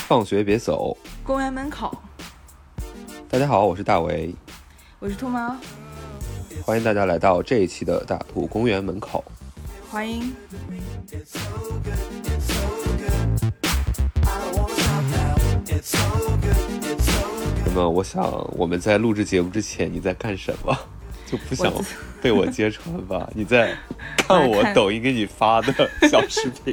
放学别走， 公园门口。 大家好，我是大维， 我是兔猫， 欢迎大家来到这一期的大兔公园门口。 欢迎。 那么我想我们在录制节目之前你在干什么？就不想被我揭穿吧？你在看我抖音给你发的小视频。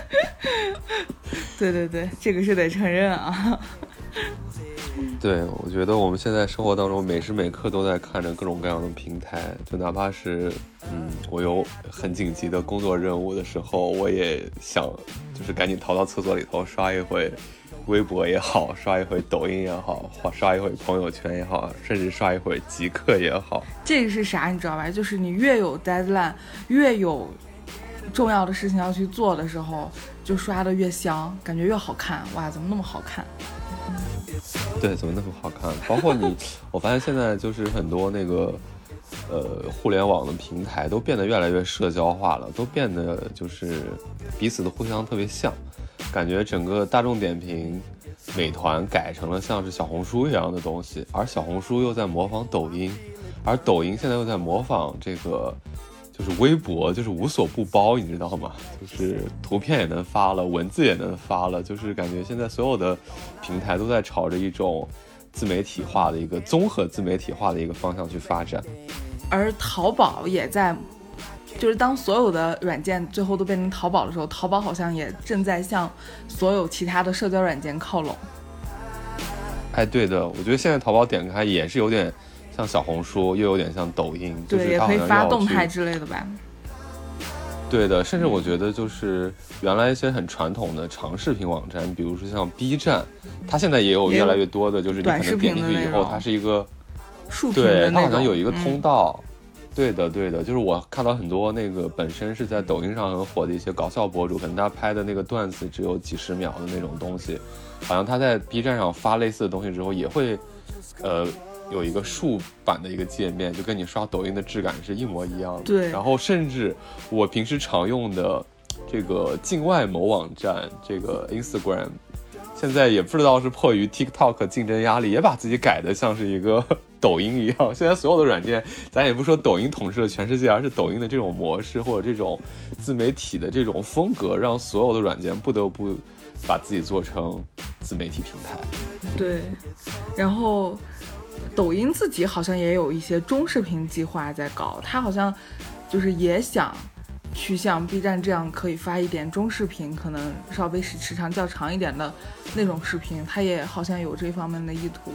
对对对，这个是得承认啊。 对，我觉得我们现在生活当中每时每刻都在看着各种各样的平台，就哪怕是我有很紧急的工作任务的时候，我也想就是赶紧逃到厕所里头刷一回微博也好，刷一回抖音也好，刷一回朋友圈也好，甚至刷一会极客也好。 这个是啥你知道吧？就是你越有 deadline， 越有重要的事情要去做的时候，就刷的越香，感觉越好看。哇，怎么那么好看？ 对，怎么那么好看？包括你，我发现现在就是很多那个互联网的平台都变得越来越社交化了，都变得就是彼此的互相特别像，感觉整个大众点评、美团改成了像是小红书一样的东西，而小红书又在模仿抖音，而抖音现在又在模仿这个就是微博，就是无所不包，你知道吗？就是图片也能发了，文字也能发了，就是感觉现在所有的平台都在朝着一种自媒体化的一个综合自媒体化的一个方向去发展。 而淘宝也在，就是当所有的软件最后都变成淘宝的时候，淘宝好像也正在向所有其他的社交软件靠拢。 哎，对的，我觉得现在淘宝点开也是有点像小红书，又有点像抖音， 对， 就是也可以发动态之之类的吧。 对的，甚至我觉得就是原来一些很传统的长视频网站，比如说像 B 站，它现在也有越来越多的，就是你可能点进去以后，它是一个竖屏的那种， 对，它好像有一个通道。对的，对的，就是我看到很多那个本身是在抖音上很火的一些搞笑博主，可能他拍的那个段子只有几十秒的那种东西，好像他在 B 站上发类似的东西之后，也会有一个竖版的一个界面，就跟你刷抖音的质感是一模一样的。 对， 然后甚至我平时常用的这个境外某网站，这个 Instagram， 现在也不知道是迫于 TikTok 竞争压力，也把自己改得像是一个抖音一样。现在所有的软件，咱也不说抖音统治了全世界，而是抖音的这种模式或者这种自媒体的这种风格，让所有的软件不得不把自己做成自媒体平台。 对，然后抖音自己好像也有一些中视频计划在搞，它好像就是也想去像 B 站这样可以发一点中视频，可能稍微时长较长一点的那种视频，它也好像有这方面的意图。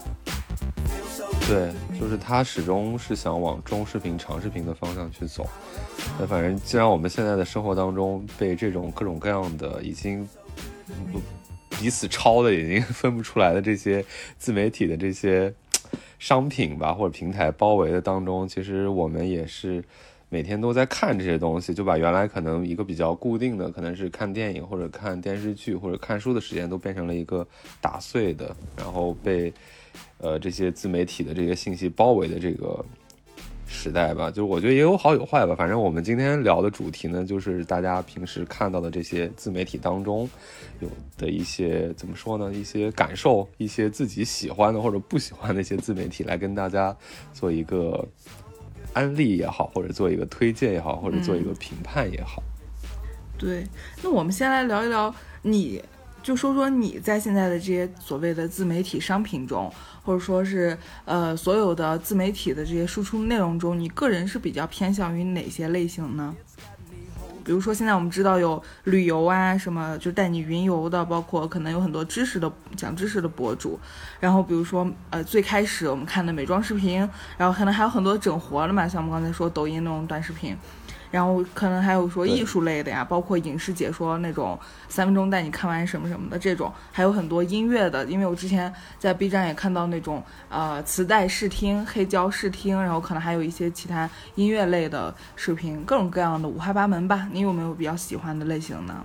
对，就是他始终是想往中视频、长视频的方向去走。反正既然我们现在的生活当中被这种各种各样的已经彼此超的已经分不出来的这些自媒体的这些商品吧或者平台包围的当中，其实我们也是每天都在看这些东西，就把原来可能一个比较固定的可能是看电影或者看电视剧或者看书的时间都变成了一个打碎的，然后被这些自媒体的这些信息包围的这个时代吧。就是我觉得也有好有坏吧，反正我们今天聊的主题呢，就是大家平时看到的这些自媒体当中有的一些怎么说呢，一些感受，一些自己喜欢的或者不喜欢的一些自媒体，来跟大家做一个安利也好，或者做一个推荐也好，或者做一个评判也好。 对，那我们先来聊一聊，你就说说你在现在的这些所谓的自媒体商品中，或者说是所有的自媒体的这些输出内容中，你个人是比较偏向于哪些类型呢？比如说现在我们知道有旅游啊，什么就带你云游的，包括可能有很多讲知识的博主，然后比如说最开始我们看的美妆视频，然后可能还有很多整活的嘛，像我们刚才说抖音那种短视频，然后可能还有说艺术类的呀，包括影视解说那种3分钟带你看完什么什么的这种，还有很多音乐的，因为我之前在 B 站也看到那种磁带试听、黑胶试听，然后可能还有一些其他音乐类的视频，各种各样的五花八门吧。你有没有比较喜欢的类型呢？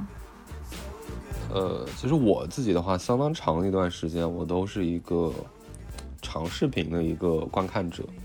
其实我自己的话，相当长的一段时间我都是一个长视频的一个观看者。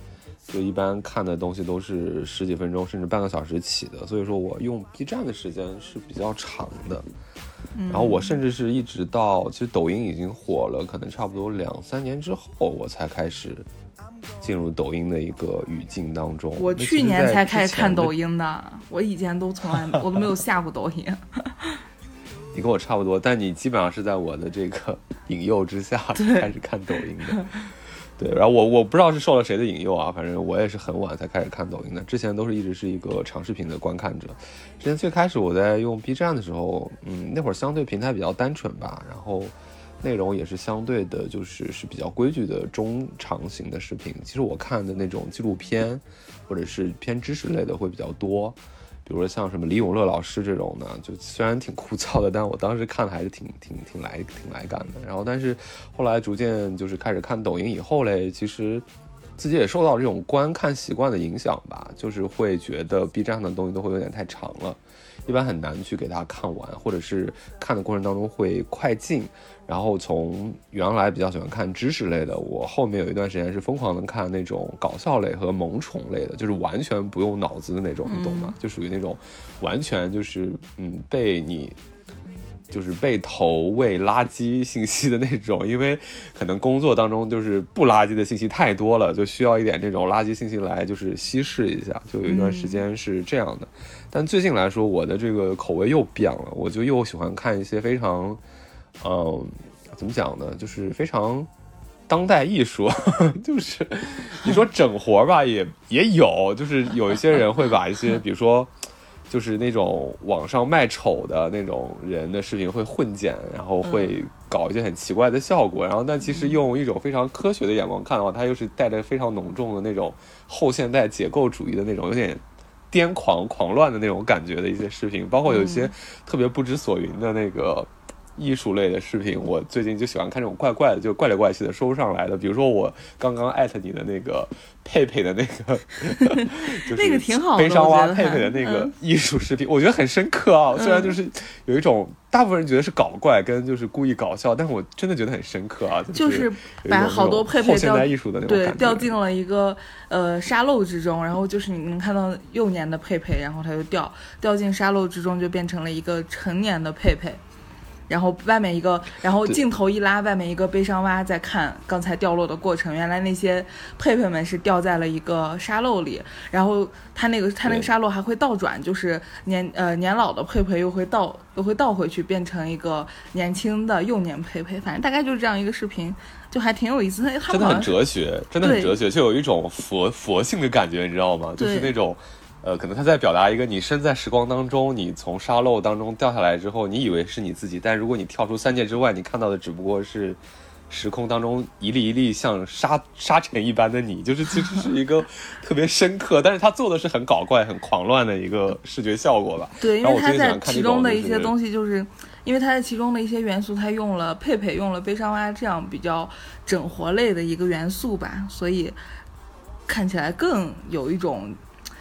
就一般看的东西都是10几分钟甚至半个小时起的，所以说我用 B 站的时间是比较长的。然后我甚至是一直到其实抖音已经火了，可能差不多2-3年之后，我才开始进入抖音的一个语境当中。 我去年才开始看抖音的，我以前都我都没有下过抖音。 你跟我差不多，但你基本上是在我的这个引诱之下开始看抖音的。对，然后我不知道是受了谁的引诱啊，反正我也是很晚才开始看抖音的，之前都是一直是一个长视频的观看者。之前最开始我在用 B 站的时候，那会儿相对平台比较单纯吧，然后内容也是相对的是比较规矩的中长型的视频。其实我看的那种纪录片或者是偏知识类的会比较多，比如说像什么李永乐老师这种呢，就虽然挺枯燥的，但我当时看的还是挺来感的。然后但是后来逐渐就是开始看抖音以后嘞，其实自己也受到这种观看习惯的影响吧，就是会觉得 B 站的东西都会有点太长了，一般很难去给它看完，或者是看的过程当中会快进。然后从原来比较喜欢看知识类的，我后面有一段时间是疯狂的看那种搞笑类和萌宠类的，就是完全不用脑子的那种，你懂吗？就属于那种完全就是被你就是被投喂垃圾信息的那种，因为可能工作当中就是不垃圾的信息太多了，就需要一点这种垃圾信息来就是稀释一下，就有一段时间是这样的。但最近来说，我的这个口味又变了，我就又喜欢看一些非常怎么讲呢，就是非常当代艺术。就是你说整活吧也有，就是有一些人会把一些比如说就是那种网上卖丑的那种人的视频会混剪，然后会搞一些很奇怪的效果，然后但其实用一种非常科学的眼光看的话，它又是带着非常浓重的那种后现代解构主义的那种有点癫狂狂乱的那种感觉的一些视频，包括有一些特别不知所云的那个艺术类的视频，我最近就喜欢看这种怪怪的，就怪里怪气的说不上来的。比如说我刚刚艾特你的那个佩佩的那个就是那个挺好的， 悲伤蛙佩佩的那个艺术视频，我觉得很深刻啊。虽然就是有一种大部分人觉得是搞怪跟就是故意搞笑，但我真的觉得很深刻啊。 就是把好多佩佩后现代艺术的那种感觉， 对，掉进了一个沙漏之中，然后就是你能看到幼年的佩佩，然后它就掉进沙漏之中，就变成了一个成年的佩佩。然后外面一个，然后镜头一拉，外面一个悲伤蛙在看刚才掉落的过程。原来那些佩佩们是掉在了一个沙漏里，然后它那个沙漏还会倒转，就是年老的佩佩又会倒回去，变成一个年轻的幼年佩佩。反正大概就是这样一个视频，就还挺有意思的。 真的很哲学，真的很哲学，就有一种佛性的感觉，你知道吗？就是那种。可能他在表达一个你身在时光当中，你从沙漏当中掉下来之后，你以为是你自己，但如果你跳出3界之外，你看到的只不过是时空当中一粒一粒像沙尘一般的你，就是其实是一个特别深刻，但是他做的是很搞怪、很狂乱的一个视觉效果吧。 对，因为他在其中的一些东西，就是因为他在其中的一些元素，他用了佩佩、用了悲伤蛙这样比较整活类的一个元素吧，所以看起来更有一种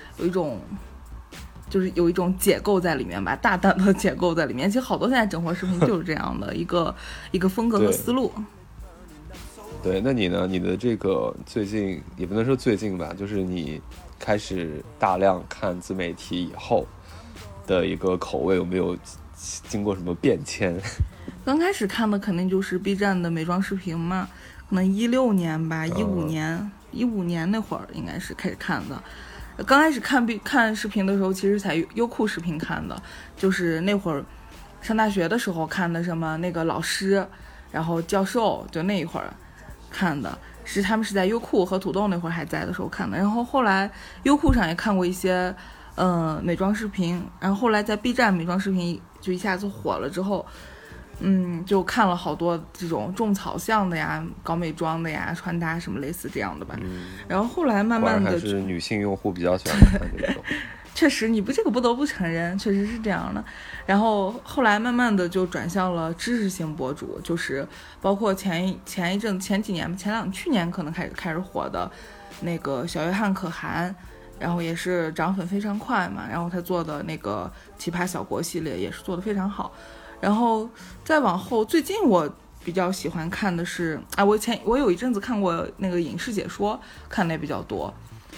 就是有一种解构在里面吧，大胆的解构在里面。其实好多现在整活视频就是这样的一个风格和思路。 对，那你呢？你的这个最近也不能说最近吧，就是你开始大量看自媒体以后的一个口味有没有经过什么变迁？ 刚开始看的肯定就是 B 站的美妆视频嘛，可能16年吧，15年那会儿应该是开始看的。刚开始看视频的时候，其实在优酷视频看的，就是那会儿上大学的时候看的，什么那个老师，然后教授，就那一会儿看的，他们是在优酷和土豆那会儿还在的时候看的。然后后来优酷上也看过一些美妆视频，然后后来在 B 站美妆视频就一下子火了之后，就看了好多这种种草项的呀，搞美妆的呀，穿搭什么类似这样的吧。然后后来慢慢的， 还是女性用户比较喜欢看这种。 确实，这个不得不承认，确实是这样的。然后后来慢慢的就转向了知识型博主，就是包括前几年去年可能开始火的那个小约翰可汗，然后也是涨粉非常快嘛。然后他做的那个奇葩小国系列也是做的非常好。然后再往后，最近我比较喜欢看的是我有一阵子看过那个影视解说，看的也比较多。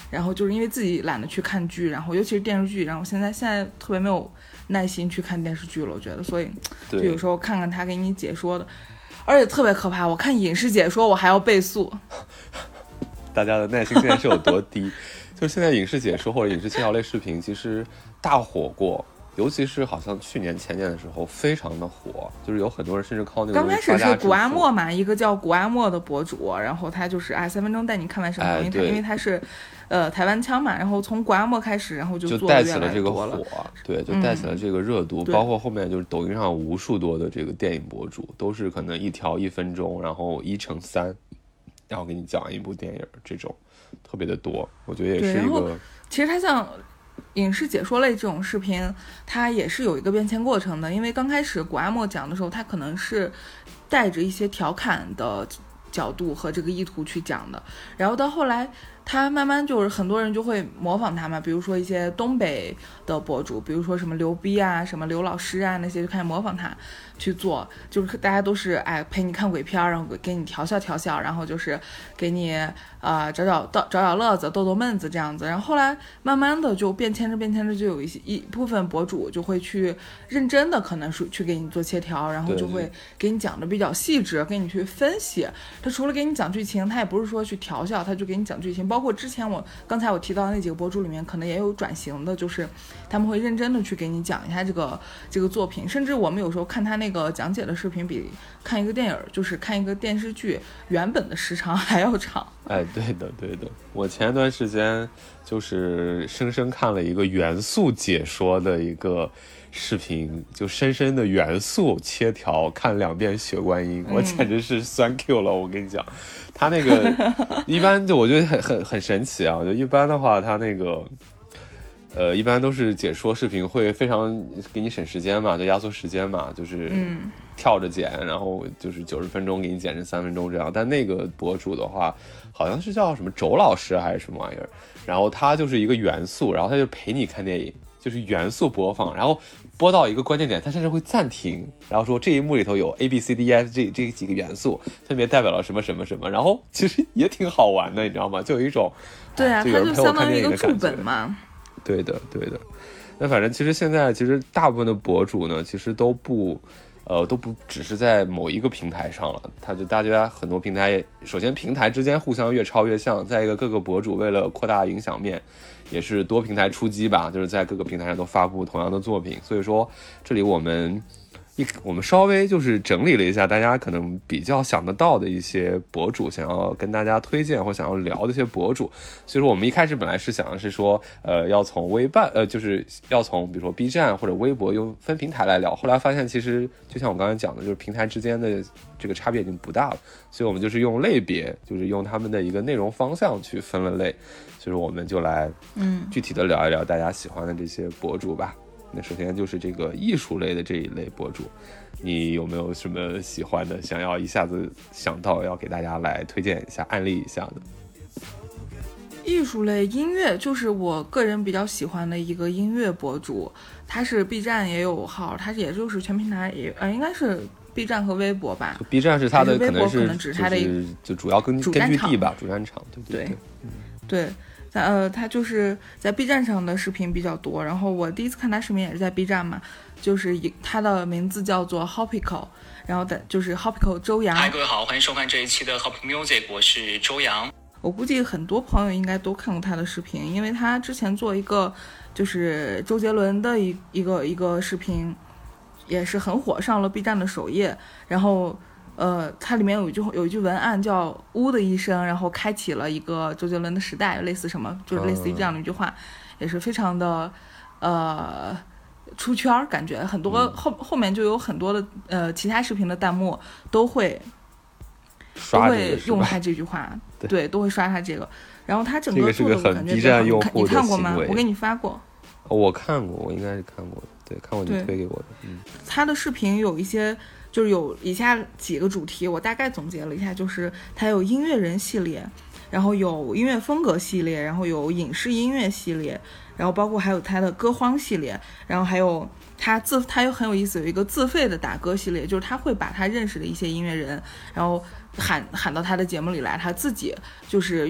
然后就是因为自己懒得去看剧，然后尤其是电视剧，然后现在特别没有耐心去看电视剧了，我觉得，所以就有时候看看他给你解说的，而且特别可怕，我看影视解说我还要倍速。 大家的耐心现在是有多低？就是现在影视解说或者影视介绍类视频其实大火过，尤其是好像去年前年的时候非常的火，就是有很多人甚至靠那个刚开始是古阿莫嘛，一个叫古阿莫的博主，然后他就是3分钟带你看完什么东西，因为他是台湾腔嘛，然后从古阿莫开始，然后就带起了这个火，对，就带起了这个热度，包括后面就是抖音上无数多的这个电影博主都是可能一条1分钟，然后1乘3，然后给你讲一部电影，这种特别的多，我觉得也是一个。 其实它像影视解说类这种视频，它也是有一个变迁过程的，因为刚开始古阿莫讲的时候，他可能是带着一些调侃的角度和这个意图去讲的，然后到后来他慢慢就是很多人就会模仿他嘛，比如说一些东北的博主，比如说什么刘逼啊，什么刘老师啊，那些就开始模仿他去做，就是大家都是陪你看鬼片，然后给你调笑，然后就是给你找找乐子，逗闷子这样子，然后后来慢慢的就变迁着，就有一部分博主就会去认真的可能是去给你做切条，然后就会给你讲的比较细致，给你去分析。他除了给你讲剧情，他也不是说去调笑，他就给你讲剧情。包括之前刚才我提到的那几个博主里面，可能也有转型的，就是他们会认真的去给你讲一下这个作品，甚至我们有时候看他那个讲解的视频，比看一个电影，就是看一个电视剧原本的时长还要长。 对的，我前一段时间就是深深看了一个元素解说的一个视频，就深深的元素切条看2遍血观音，我简直是酸 Q 了，我跟你讲，他那个一般就我觉得很神奇啊，就一般的话他那个一般都是解说视频会非常给你省时间嘛，就压缩时间嘛，就是跳着剪，然后就是90分钟给你剪成3分钟这样。但那个博主的话，好像是叫什么周老师还是什么玩意儿，然后他就是一个元素，然后他就陪你看电影，就是元素播放，然后播到一个关键点，他甚至会暂停，然后说这一幕里头有 ABCDF 这几个元素分别代表了什么什么什么，然后其实也挺好玩的，你知道吗？就有一种对啊， 就有人陪我看电影的感觉， 它就相当于一个副本嘛。 对的。那反正其实现在大部分的博主呢，其实都不只是在某一个平台上了，大家很多平台，首先平台之间互相越抄越像，再一个各个博主为了扩大影响面，也是多平台出击吧，就是在各个平台上都发布同样的作品。所以说这里我们稍微就是整理了一下大家可能比较想得到的一些博主，想要跟大家推荐或想要聊的一些博主。所以说我们一开始本来是想的是说要从就是要从比如说 B 站或者微博用分平台来聊，后来发现其实就像我刚才讲的，就是平台之间的这个差别已经不大了，所以我们就是用类别，就是用他们的一个内容方向去分了类，所以说我们就来具体的聊一聊大家喜欢的这些博主吧。那首先就是这个艺术类的这一类博主，你有没有什么喜欢的，想要一下子想到要给大家来推荐一下、案例一下的？ 艺术类音乐就是我个人比较喜欢的一个音乐博主，他是 B 站也有号，他也就是全平台也应该是 B 站和微博吧。 B 站是他的可能是只是他的就主要根据地吧，主战场。 对。他就是在 B 站上的视频比较多，然后我第一次看他视频也是在 B 站嘛，就是他的名字叫做 Hopico， 然后就是 Hopico 周洋。 嗨，各位好，欢迎收看这一期的 Hopico Music， 我是周洋。 我估计很多朋友应该都看过他的视频，因为他之前做一个就是周杰伦的一个视频，也是很火，上了 B 站的首页，然后它里面有一句文案叫“呜”的一声，然后开启了一个周杰伦的时代，类似什么，就是类似于这样的一句话，也是非常的出圈，感觉很多后面就有很多的其他视频的弹幕都会用他这句话，对，都会刷他这个。然后他整个做的我感觉比较好，你看过吗？我给你发过。 我看过，我应该是看过的，对，看过你推给我的。 他的视频有一些。就是有以下几个主题，我大概总结了一下，就是它有音乐人系列，然后有音乐风格系列，然后有影视音乐系列，然后包括还有它的歌荒系列，然后还有它又很有意思，有一个自费的打歌系列，就是他会把他认识的一些音乐人，然后喊到他的节目里来，他自己就是用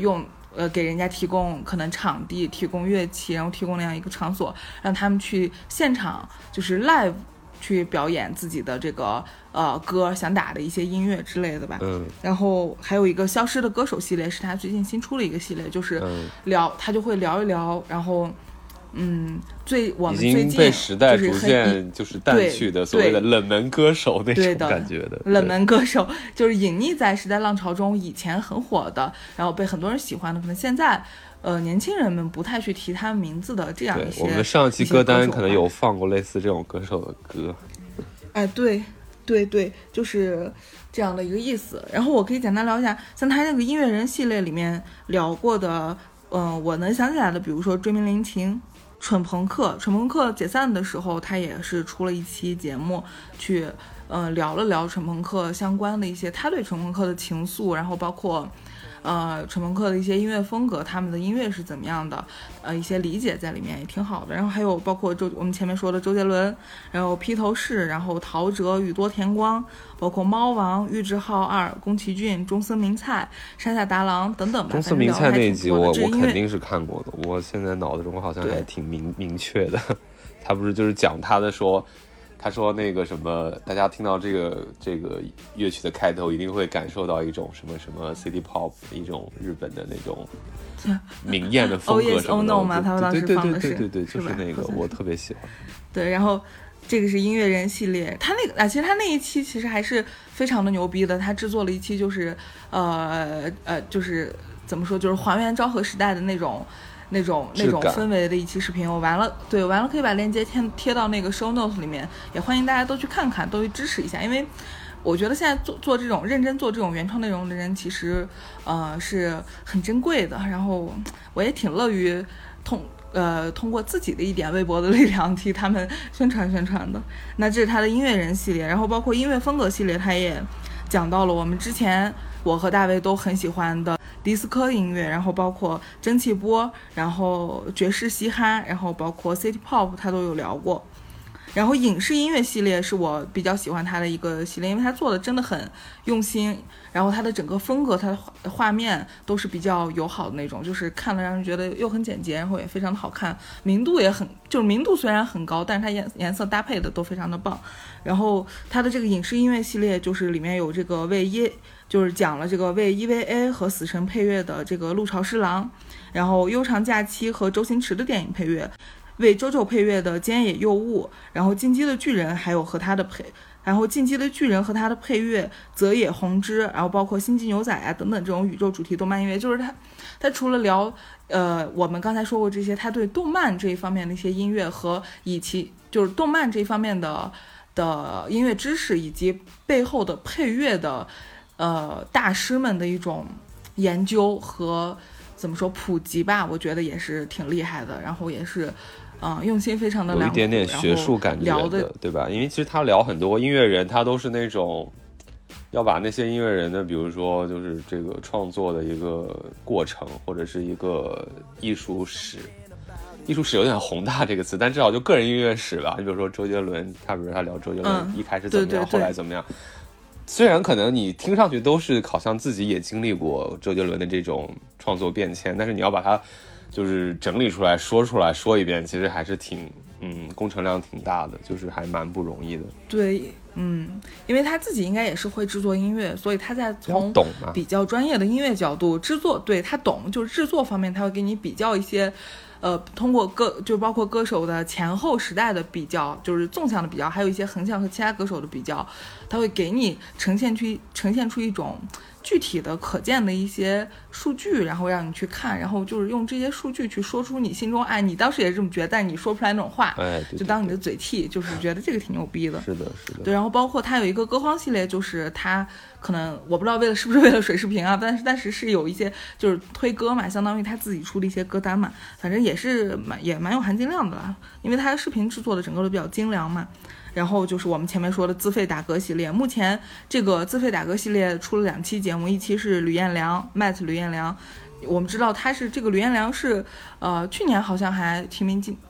给人家提供可能场地、提供乐器，然后提供那样一个场所，让他们去现场就是 live 去表演自己的这个歌，想打的一些音乐之类的吧。然后还有一个消失的歌手系列，是他最近新出了一个系列，就是他就会聊一聊，然后我们最近已经被时代逐渐就是淡去的所谓的冷门歌手那种感觉的冷门歌手，就是隐匿在时代浪潮中，以前很火的，然后被很多人喜欢的，可能现在年轻人们不太去提他们名字的这样一些。 我们上一期歌单可能有放过类似这种歌手的歌。 哎，对，就是这样的一个意思。然后我可以简单聊一下，像他那个音乐人系列里面聊过的，我能想起来的，比如说追名林檎、蠢朋克解散的时候，他也是出了一期节目去聊了聊蠢朋克相关的一些他对蠢朋克的情愫，然后包括蠢朋克的一些音乐风格，他们的音乐是怎么样的，一些理解在里面也挺好的。然后还有包括我们前面说的周杰伦，然后披头士，然后陶喆、宇多田光，包括猫王、玉置浩二、宫崎骏、中森明菜、山下达郎等等吧。 中森明菜那一集我肯定是看过的，我现在脑子中好像还挺明确的。他不是就是讲他说那个什么，大家听到这个乐曲的开头，一定会感受到一种什么 City Pop 一种日本的那种明艳的风格什么的。 Oh yes, oh no 嘛，他们当时放的是对，就是那个我特别喜欢。 对，然后这个是音乐人系列，他那个其实他那一期其实还是非常的牛逼的，他制作了一期就是就是怎么说，就是还原昭和时代的那种氛围的一期视频。我完了可以把链接贴到那个 show notes 里面，也欢迎大家都去看看，都去支持一下。因为我觉得现在做这种认真做这种原创内容的人，其实是很珍贵的。然后我也挺乐于通过自己的一点微薄的力量替他们宣传的。那这是他的音乐人系列，然后包括音乐风格系列，他也讲到了我们之前我和大卫都很喜欢的迪斯科音乐，然后包括蒸汽波，然后爵士嘻哈，然后包括 City Pop 他都有聊过。然后影视音乐系列是我比较喜欢他的一个系列，因为他做的真的很用心，然后他的整个风格，他的画面都是比较友好的那种，就是看了让人觉得又很简洁，然后也非常的好看，明度虽然很高，但是它颜色搭配的都非常的棒。然后他的这个影视音乐系列就是里面有这个就是讲了这个为 EVA 和死神配乐的这个陆潮师郎，然后悠长假期和周星驰的电影配乐，为周周配乐的菅野佑吾，然后进击的巨人和他的配乐泽野弘之，然后包括星际牛仔啊等等这种宇宙主题动漫音乐。就是他除了聊我们刚才说过这些，他对动漫这一方面的一些音乐和以及就是动漫这一方面的音乐知识，以及背后的配乐的大师们的一种研究和怎么说普及吧，我觉得也是挺厉害的。然后也是用心非常的良苦， 有一点点学术感觉的，对吧？因为其实他聊很多音乐人，他都是那种要把那些音乐人的，比如说就是这个创作的一个过程，或者是一个艺术史有点宏大这个词，但至少就个人音乐史吧。你比如说周杰伦，比如他聊周杰伦一开始怎么样，后来怎么样。虽然可能你听上去都是好像自己也经历过周杰伦的这种创作变迁，但是你要把它就是整理出来说出来说一遍，其实还是挺工程量挺大的，就是还蛮不容易的。 对，因为他自己应该也是会制作音乐，所以他在从比较专业的音乐角度制作，对，他懂，就是制作方面他会给你比较一些通过就包括歌手的前后时代的比较，就是纵向的比较，还有一些横向和其他歌手的比较，他会给你呈现出一种具体的可见的一些数据，然后让你去看，然后就是用这些数据去说出你心中你当时也这么觉得，但你说不出来那种话， 对， 就当你的嘴替，就是觉得这个挺牛逼的。 是的。 对，然后包括他有一个歌荒系列，就是他可能我不知道是不是为了水视频啊，但是是有一些就是推歌嘛，相当于他自己出的一些歌单嘛，反正也是蛮有含金量的啦，因为他的视频制作的整个都比较精良嘛。然后就是我们前面说的自费打歌系列，目前这个自费打歌系列出了2期节目，一期是吕彦良 Matt 吕彦良，我们知道他是这个吕彦良是去年好像还提名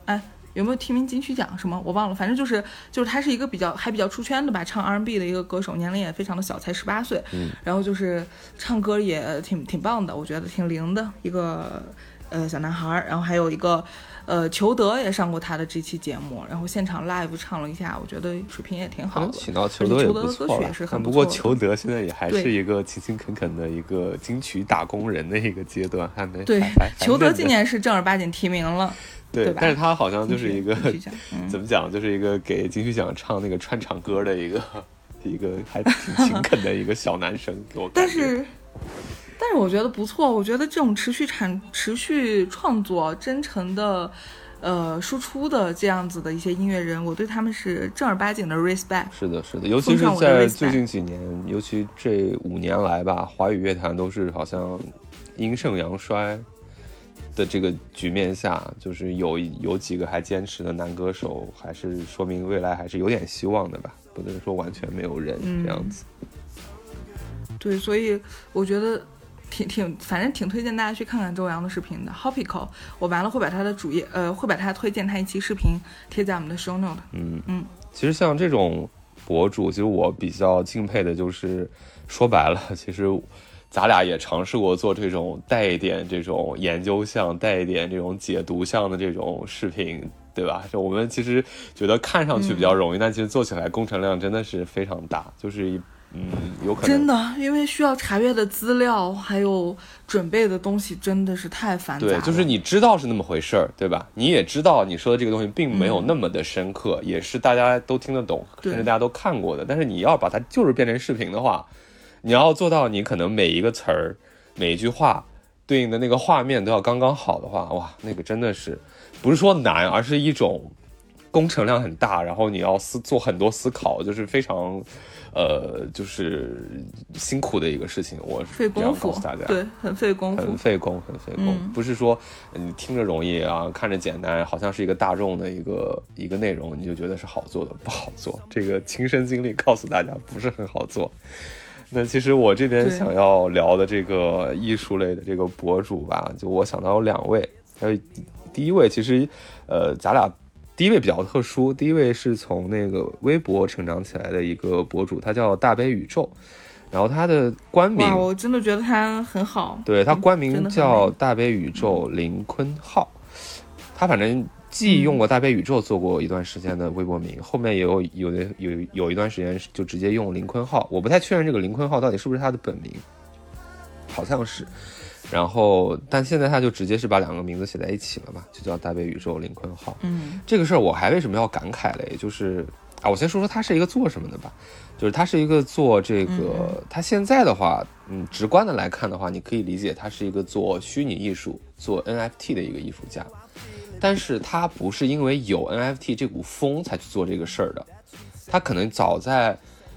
有没有提名金曲奖什么我忘了，反正就是他是一个比较出圈的吧，唱 R&B 的一个歌手，年龄也非常的小，才18岁，然后就是唱歌也挺棒的，我觉得挺灵的一个小男孩。然后还有一个裘德也上过他的这期节目，然后现场 live 唱了一下，我觉得水平也挺好的。 请到裘德也不错了，不过裘德现在也还是一个勤勤恳恳的一个金曲打工人的一个阶段，还没对。裘德今年是正儿八经提名了。对， 但是他好像就是一个怎么讲，就是一个给金曲奖唱那个串场歌的一个还挺勤恳的一个小男生，给我感觉。 但是我觉得不错，我觉得这种持续创作、真诚的输出的这样子的一些音乐人，我对他们是正儿八经的 respect。 是的，尤其是在最近几年，尤其这5年来吧，华语乐坛都是好像阴盛阳衰的这个局面下，就是有几个还坚持的男歌手，还是说明未来还是有点希望的吧，不能说完全没有人这样子。 对，所以我觉得反正挺推荐大家去看看周洋的视频的 Hopico， 我完了会把他的主页会把他推荐他一期视频贴在我们的 show note。 其实像这种博主，其实我比较敬佩的就是说白了，其实咱俩也尝试过做这种带一点这种研究项、带一点这种解读项的这种视频，对吧？就我们其实觉得看上去比较容易，但其实做起来工程量真的是非常大，就是有可能真的，因为需要查阅的资料还有准备的东西真的是太繁杂了。 对，就是你知道是那么回事儿，对吧？你也知道你说的这个东西并没有那么的深刻，也是大家都听得懂，甚至大家都看过的。但是你要把它就是变成视频的话，你要做到你可能每一个词儿、每一句话对应的那个画面都要刚刚好的话，哇，那个真的是不是说难，而是一种工程量很大，然后你要做很多思考，就是非常就是辛苦的一个事情。我费功夫，对，很费功夫， 很费工。不是说你听着容易啊，看着简单，好像是一个大众的一个内容，你就觉得是好做的，不好做。这个亲身经历告诉大家，不是很好做。那其实我这边想要聊的这个艺术类的这个博主吧，就我想到有2位，第一位其实咱俩第一位比较特殊，第一位是从那个微博成长起来的一个博主，他叫大悲宇宙，然后他的官名， 哇，我真的觉得他很好， 对，他官名叫大悲宇宙林坤浩，他反正既用过大悲宇宙做过一段时间的微博名，后面也有一段时间就直接用林坤浩，我不太确认这个林坤浩到底是不是他的本名，好像是。然后但现在他就直接是把2个名字写在一起了嘛，就叫大悲宇宙林坤浩。这个事儿我还为什么要感慨嘞，就是我先说说他是一个做什么的吧，就是他是一个做这个他现在的话直观的来看的话，你可以理解他是一个做虚拟艺术做 NFT 的一个艺术家，但是他不是因为有 NFT 这股风才去做这个事儿的，他可能早在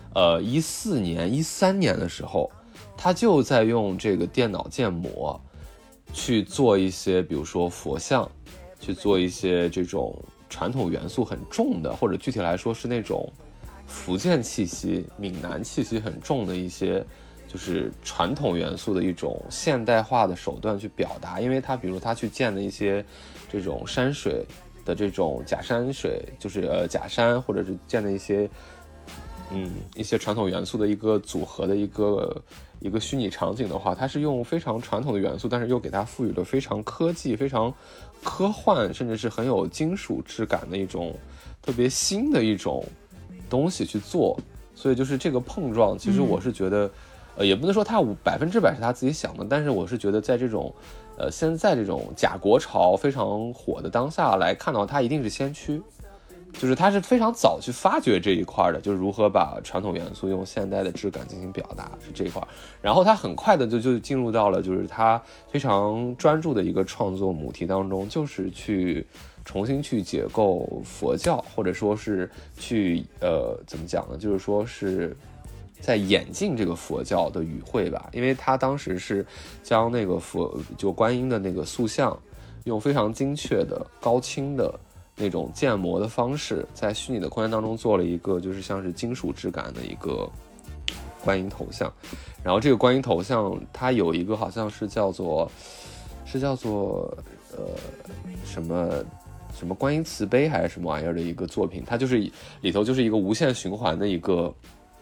14年13年的时候，他就在用这个电脑建模去做一些比如说佛像，去做一些这种传统元素很重的，或者具体来说是那种福建气息、闽南气息很重的一些就是传统元素的一种现代化的手段去表达。因为他比如他去建的一些这种山水的这种假山水，就是假山，或者是建的一些传统元素的一个组合的一个虚拟场景的话，它是用非常传统的元素，但是又给它赋予了非常科技、非常科幻，甚至是很有金属质感的一种特别新的一种东西去做。所以就是这个碰撞，其实我是觉得也不能说它100%是他自己想的，但是我是觉得在这种现在这种假国潮非常火的当下来看到它一定是先驱，就是他是非常早去发掘这一块的，就是如何把传统元素用现代的质感进行表达，是这一块。然后他很快的就进入到了就是他非常专注的一个创作母题当中，就是去重新去解构佛教，或者说是去怎么讲呢，就是说是在演进这个佛教的语汇吧。因为他当时是将那个就观音的那个塑像用非常精确的高清的那种建模的方式，在虚拟的空间当中做了一个就是像是金属质感的一个观音头像。然后这个观音头像它有一个好像是叫做什么什么观音慈悲还是什么玩意儿的一个作品，它就是里头就是一个无限循环的一个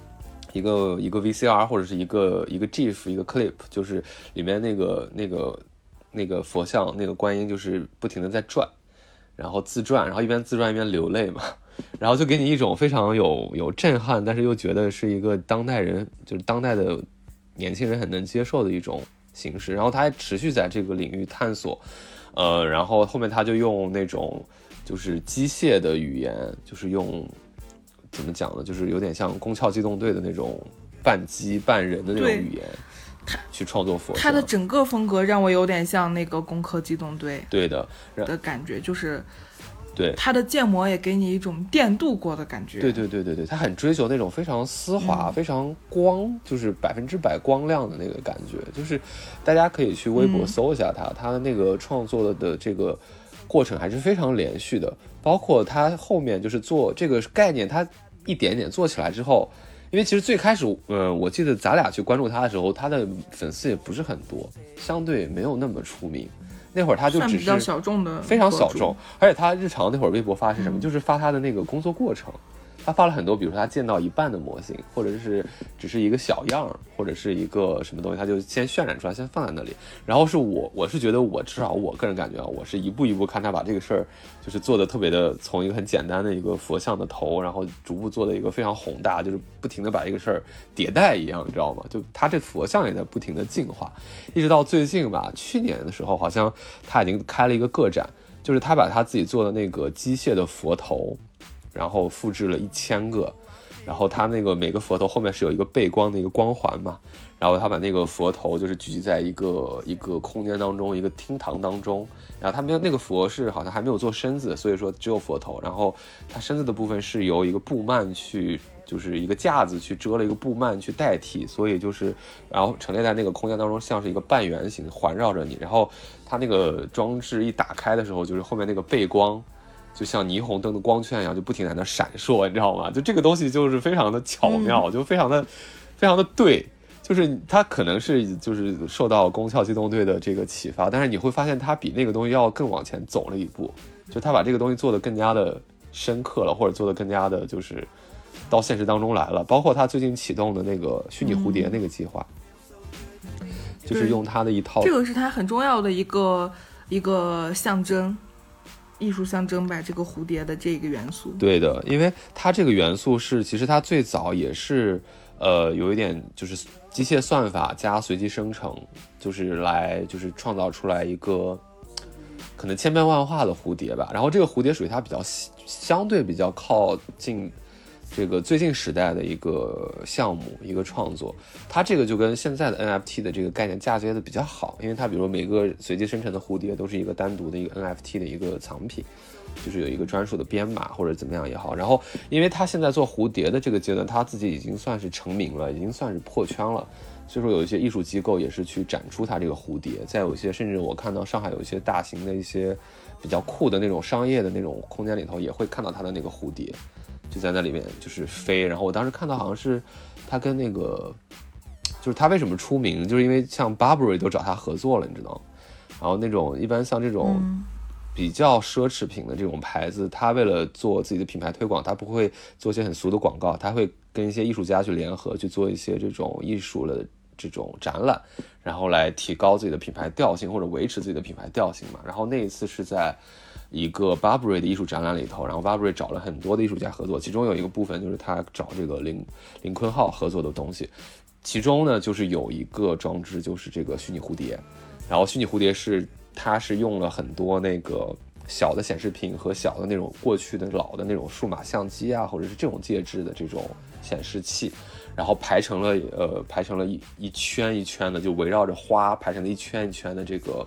VCR 或者是一个 GIF 一个 clip， 就是里面那个佛像那个观音就是不停的在转，然后自转，然后一边自转一边流泪嘛，然后就给你一种非常有震撼，但是又觉得是一个当代人就是当代的年轻人很能接受的一种形式，然后他还持续在这个领域探索，然后后面他就用那种就是机械的语言，就是用怎么讲呢，就是有点像宫壳机动队的那种半机半人的那种语言去创作佛像。 他的整个风格让我有点像那个攻壳机动队对的感觉，就是对他的建模也给你一种电镀过的感觉。 对，他很追求那种非常丝滑、非常光，就是100%光亮的那个感觉。就是大家可以去微博搜一下他的那个创作的这个过程还是非常连续的，包括他后面就是做这个概念，他一点点做起来之后。因为其实最开始，我记得咱俩去关注他的时候，他的粉丝也不是很多，相对没有那么出名。那会儿他就只是比较小众的， 非常小众，而且他日常那会儿微博发是什么？就是发他的那个工作过程。他发了很多，比如说他建到一半的模型，或者是只是一个小样，或者是一个什么东西，他就先渲染出来，先放在那里。然后是我是觉得至少我个人感觉啊，我是一步一步看他把这个事儿，就是做的特别的，从一个很简单的一个佛像的头，然后逐步做的一个非常宏大，就是不停的把这个事儿迭代一样，你知道吗？就他这佛像也在不停的进化，一直到最近吧，去年的时候好像他已经开了一个个展，就是他把他自己做的那个机械的佛头。然后复制了1000个，然后他那个每个佛头后面是有一个背光的一个光环嘛，然后他把那个佛头就是聚集在一个空间当中，一个厅堂当中，然后他们那个佛是好像还没有做身子，所以说只有佛头，然后他身子的部分是由一个布幔去，就是一个架子去遮了一个布幔去代替，所以就是然后陈列在那个空间当中，像是一个半圆形环绕着你，然后他那个装置一打开的时候，就是后面那个背光。就像霓虹灯的光圈一样，就不停在那闪烁，你知道吗？就这个东西就是非常的巧妙，就非常的对，就是它可能是就是受到宫壳机动队的这个启发，但是你会发现它比那个东西要更往前走了一步，就它把这个东西做得更加的深刻了，或者做得更加的就是到现实当中来了。包括它最近启动的那个虚拟蝴蝶那个计划，就是用它的一套， 这个是它很重要的一个象征。艺术象征吧，这个蝴蝶的这个元素。 对的，因为它这个元素是，其实它最早也是，有一点就是机械算法加随机生成，就是来就是创造出来一个可能千变万化的蝴蝶吧。然后这个蝴蝶属于它比较相对比较靠近这个最近时代的一个项目，一个创作。它这个就跟现在的 NFT 的这个概念嫁接的比较好，因为它比如说每个随机生成的蝴蝶都是一个单独的一个 NFT 的一个藏品，就是有一个专属的编码或者怎么样也好。然后因为他现在做蝴蝶的这个阶段，他自己已经算是成名了，已经算是破圈了，所以说有一些艺术机构也是去展出他这个蝴蝶，再有一些甚至我看到上海有一些大型的一些比较酷的那种商业的那种空间里头也会看到他的那个蝴蝶就在那里面就是飞。然后我当时看到好像是他跟那个就是他为什么出名，就是因为像 Burberry 都找他合作了，你知道吗？然后那种一般像这种比较奢侈品的这种牌子，他为了做自己的品牌推广，他不会做一些很俗的广告，他会跟一些艺术家去联合去做一些这种艺术的这种展览，然后来提高自己的品牌调性或者维持自己的品牌调性嘛。然后那一次是在一个 Burberry 的艺术展览里头，然后 Burberry 找了很多的艺术家合作，其中有一个部分就是他找这个林坤浩合作的东西，其中呢就是有一个装置就是这个虚拟蝴蝶，然后虚拟蝴蝶它是用了很多那个小的显示屏和小的那种过去的老的那种数码相机啊，或者是这种介质的这种显示器，然后排成了一圈一圈的，就围绕着花排成了一圈一圈的这个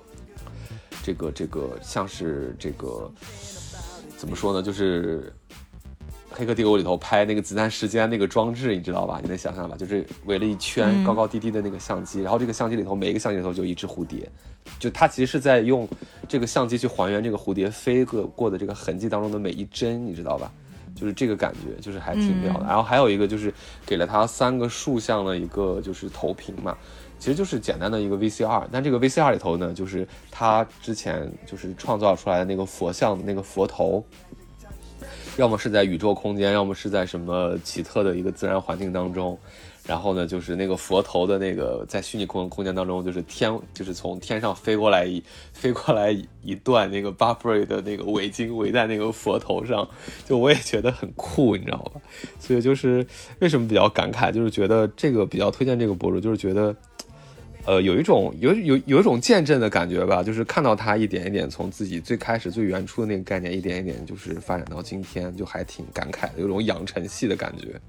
像是这个怎么说呢，就是黑客帝国里头拍那个子弹时间那个装置，你知道吧？你能想象吧？就是围了一圈高高低低的那个相机，然后这个相机里头每一个相机里头就一只蝴蝶，就它其实是在用这个相机去还原这个蝴蝶飞过的这个痕迹当中的每一帧，你知道吧？就是这个感觉，就是还挺妙的。然后还有一个就是给了它3个竖向的一个就是投屏嘛， 其实就是简单的一个 VCR， 但这个 VCR 里头呢，就是他之前就是创造出来的那个佛像的那个佛头，要么是在宇宙空间，要么是在什么奇特的一个自然环境当中。然后呢，就是那个佛头的那个在虚拟空间当中，就是从天上飞过来一段那个 Burberry 的那个围巾围在那个佛头上，就我也觉得很酷，你知道吧？所以就是为什么比较感慨，就是觉得这个比较推荐这个博主，就是觉得有一种见证的感觉吧，就是看到他一点一点从自己最开始最原初的那个概念一点一点就是发展到今天，就还挺感慨的，有种养成系的感觉。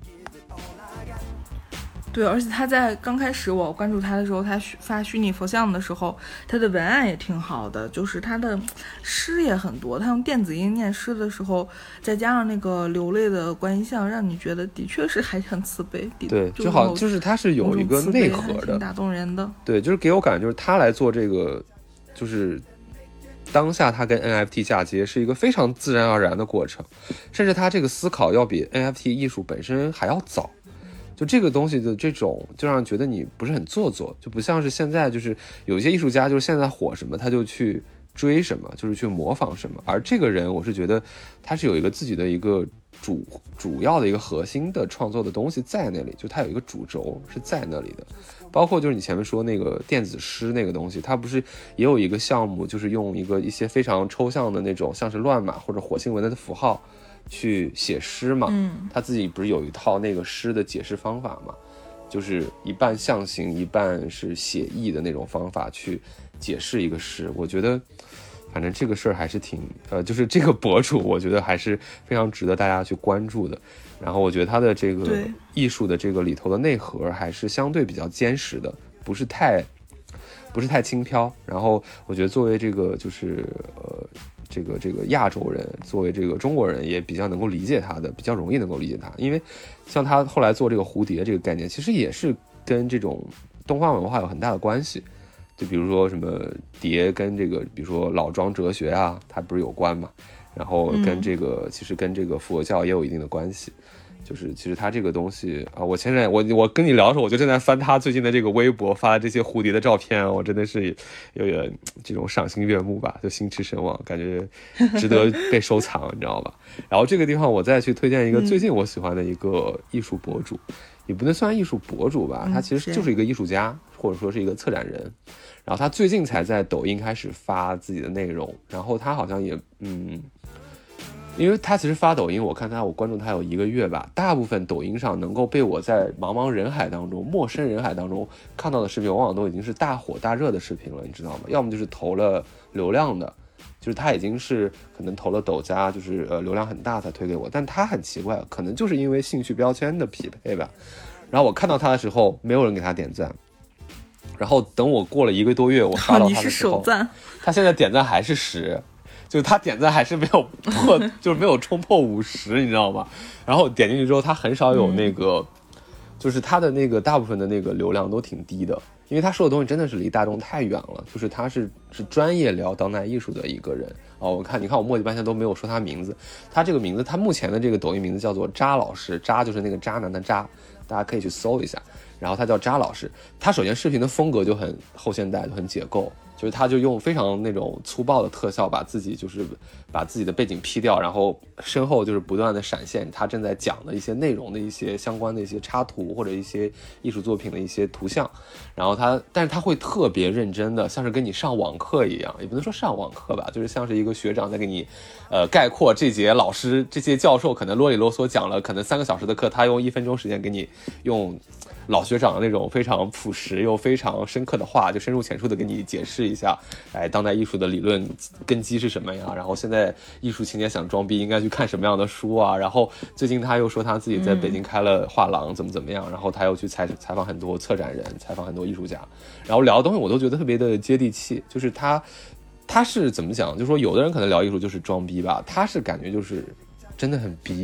对，而且他在刚开始我关注他的时候，他发虚拟佛像的时候，他的文案也挺好的，就是他的诗也很多。他用电子音念诗的时候，再加上那个流泪的观音像，让你觉得的确是还很慈悲。 对，就好像就是他是有一个内核的， 挺打动人的。 对，就是给我感觉就是他来做这个，就是当下他跟 NFT 嫁接是一个非常自然而然的过程，甚至他这个思考要比 NFT 艺术本身还要早。就这个东西的这种，就让人觉得你不是很做作，就不像是现在，就是有一些艺术家，就是现在火什么他就去追什么，就是去模仿什么。而这个人，我是觉得他是有一个自己的一个主要的一个核心的创作的东西在那里，就他有一个主轴是在那里的。包括就是你前面说那个电子诗那个东西，他不是也有一个项目，就是用一些非常抽象的那种，像是乱码或者火星文的符号。去写诗嘛，他自己不是有一套那个诗的解释方法嘛，就是一半象形一半是写意的那种方法去解释一个诗。我觉得反正这个事儿还是挺就是这个博主我觉得还是非常值得大家去关注的。然后我觉得他的这个艺术的这个里头的内核还是相对比较坚实的，不是太轻飘。然后我觉得作为这个就是这个亚洲人，作为这个中国人也比较能够理解他的，比较容易能够理解他。因为像他后来做这个蝴蝶这个概念，其实也是跟这种东方文化有很大的关系。就比如说什么蝶跟这个比如说老庄哲学啊，它不是有关嘛，然后跟这个其实跟这个佛教也有一定的关系。就是其实他这个东西啊，我跟你聊的时候，我就正在翻他最近的这个微博发的这些蝴蝶的照片，我真的是有点这种赏心悦目吧，就心驰神往，感觉值得被收藏，你知道吧？然后这个地方我再去推荐一个最近我喜欢的一个艺术博主，也不能算艺术博主吧，他其实就是一个艺术家，或者说是一个策展人。然后他最近才在抖音开始发自己的内容，然后他好像也因为他其实发抖音，我关注他有1个月吧，大部分抖音上能够被我在茫茫人海当中、陌生人海当中看到的视频，往往都已经是大火大热的视频了，你知道吗？要么就是投了流量的，就是他已经是可能投了抖加，就是流量很大才推给我，但他很奇怪，可能就是因为兴趣标签的匹配吧。然后我看到他的时候，没有人给他点赞。然后等我过了1个多月，我刷到他的时候，他现在点赞还是10。就是他点赞还是没有破，就是没有冲破50，你知道吗？然后点进去之后，他很少有那个，就是他的那个大部分的那个流量都挺低的，因为他说的东西真的是离大众太远了。就是他是专业聊当代艺术的一个人哦。你看我墨迹半天都没有说他名字，他这个名字，他目前的这个抖音名字叫做渣老师，渣就是那个渣男的渣，大家可以去搜一下。然后他叫渣老师，他首先视频的风格就很后现代，就很解构。就是他就用非常那种粗暴的特效把自己的背景 P 掉，然后身后就是不断的闪现他正在讲的一些内容的一些相关的一些插图或者一些艺术作品的一些图像。然后但是他会特别认真的，像是跟你上网课一样，也不能说上网课吧，就是像是一个学长在给你概括这节教授可能啰里啰嗦讲了可能3个小时的课，他用1分钟时间给你用老学长的那种非常朴实又非常深刻的话，就深入浅出的给你解释一下，当代艺术的理论根基是什么呀？然后现在艺术青年想装逼应该去看什么样的书啊？然后最近他又说他自己在北京开了画廊，怎么样？然后他又去采访很多策展人，采访很多艺术家，然后聊的东西我都觉得特别的接地气。就是他是怎么讲？就是说有的人可能聊艺术就是装逼吧，他是感觉就是真的很逼。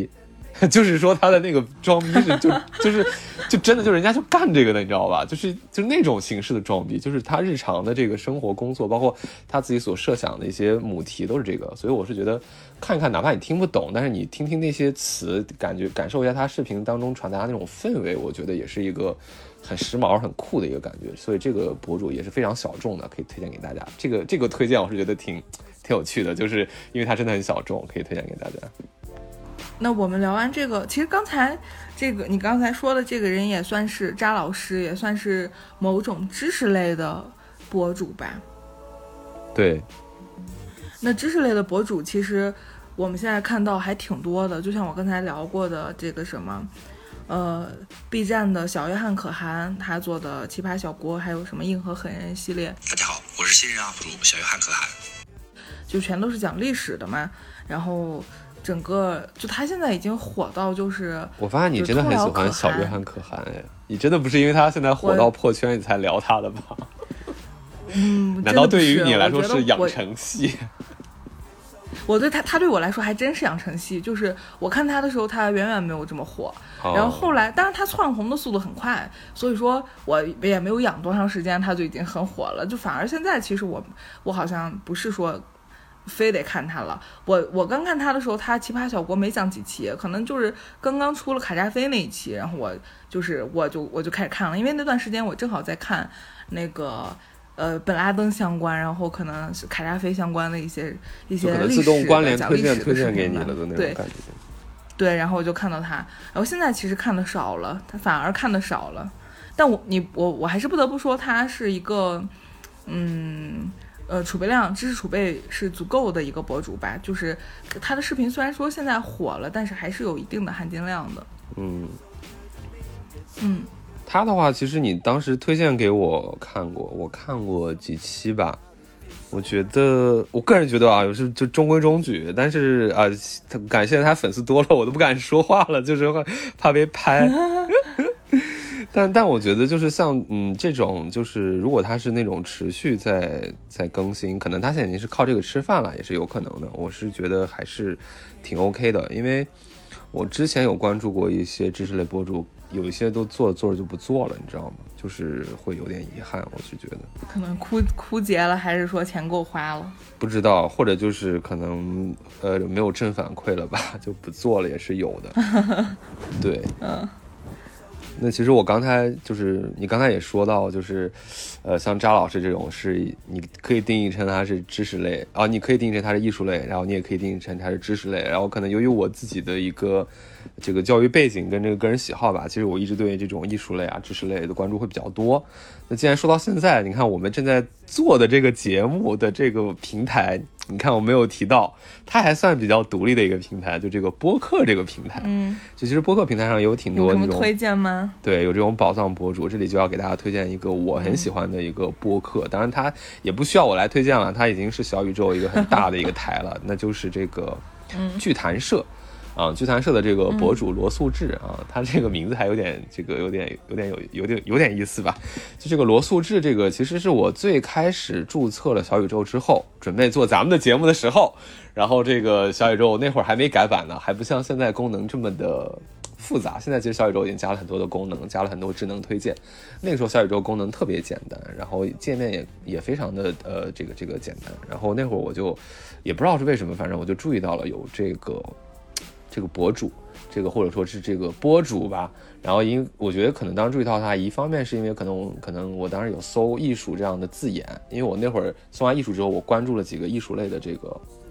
就是说他的那个装逼是就真的就人家就干这个的，你知道吧？就是那种形式的装逼，就是他日常的这个生活工作，包括他自己所设想的一些母题都是这个。所以我是觉得看一看，哪怕你听不懂，但是你听听那些词，感受一下他视频当中传达那种氛围，我觉得也是一个很时髦很酷的一个感觉。所以这个博主也是非常小众的，可以推荐给大家。这个推荐我是觉得挺有趣的，就是因为它真的很小众，可以推荐给大家。 那我们聊完这个，其实刚才你刚才说的这个人也算是扎老师，也算是某种知识类的博主吧？ 对。 那知识类的博主其实我们现在看到还挺多的，就像我刚才聊过的这个什么，B 站的小约翰可汗他做的奇葩小锅，还有什么硬核狠人系列。 大家好，我是新人 UP 主小约翰可汗， 就全都是讲历史的嘛，然后。整个就他现在已经火到就是， 我发现你真的很喜欢小约翰可汗哎，你真的不是因为他现在火到破圈你才聊他的吧？难道对于你来说是养成系？ 我对他对我来说还真是养成系，就是我看他的时候他远远没有这么火，然后后来当然他窜红的速度很快，所以说我也没有养多长时间他就已经很火了，就反而现在其实我好像不是说非得看他了，我刚看他的时候，他奇葩小国没讲几期，可能就是刚刚出了卡扎菲那一期，然后我就开始看了，因为那段时间我正好在看那个本拉登相关，然后可能是卡扎菲相关的一些历史的自动关联推荐给你了的那种感觉。 对，然后我就看到他，然后现在其实看的少了，他反而看的少了，但我还是不得不说他是一个知识储备是足够的一个博主吧，就是他的视频虽然说现在火了，但是还是有一定的含金量的。 他的话，其实你当时推荐给我看过，我看过几期吧。我个人觉得啊，就中规中矩，但是啊，感谢他粉丝多了，我都不敢说话了，就是怕被拍。但我觉得就是像这种，就是如果他是那种持续在更新，可能他现在已经是靠这个吃饭了，也是有可能的。我是觉得还是挺 OK 的，因为我之前有关注过一些知识类博主，有一些都做着就不做了，你知道吗？就是会有点遗憾，我是觉得可能枯竭了，还是说钱够花了？不知道，或者就是可能没有正反馈了吧，就不做了也是有的。对，那其实我刚才就是你刚才也说到，就是像扎老师这种是你可以定义成他是知识类啊，你可以定义成他是艺术类，然后你也可以定义成他是知识类，然后可能由于我自己的一个这个教育背景跟这个个人喜好吧，其实我一直对这种艺术类啊知识类的关注会比较多。那既然说到现在，你看我们正在做的这个节目的这个平台，你看我没有提到它还算比较独立的一个平台，就这个播客这个平台。就其实播客平台上有挺多有什么推荐吗？ 对，有这种宝藏博主，这里就要给大家推荐一个我很喜欢的一个播客，当然它也不需要我来推荐了，它已经是小宇宙一个很大的一个台了，那就是这个剧谈社。剧谈社的这个博主罗素志啊，他这个名字还有点意思吧？就这个罗素志，这个其实是我最开始注册了小宇宙之后，准备做咱们的节目的时候，然后这个小宇宙那会儿还没改版呢，还不像现在功能这么的复杂。现在其实小宇宙已经加了很多的功能，加了很多智能推荐。那个时候小宇宙功能特别简单，然后界面也非常的这个简单。然后那会儿我就也不知道是为什么，反正我就注意到了有这个博主，这个或者说是这个播主吧，然后我觉得可能当时注意到他，一方面是因为可能我当时有搜艺术这样的字眼，因为我那会儿搜完艺术之后，我关注了几个艺术类的这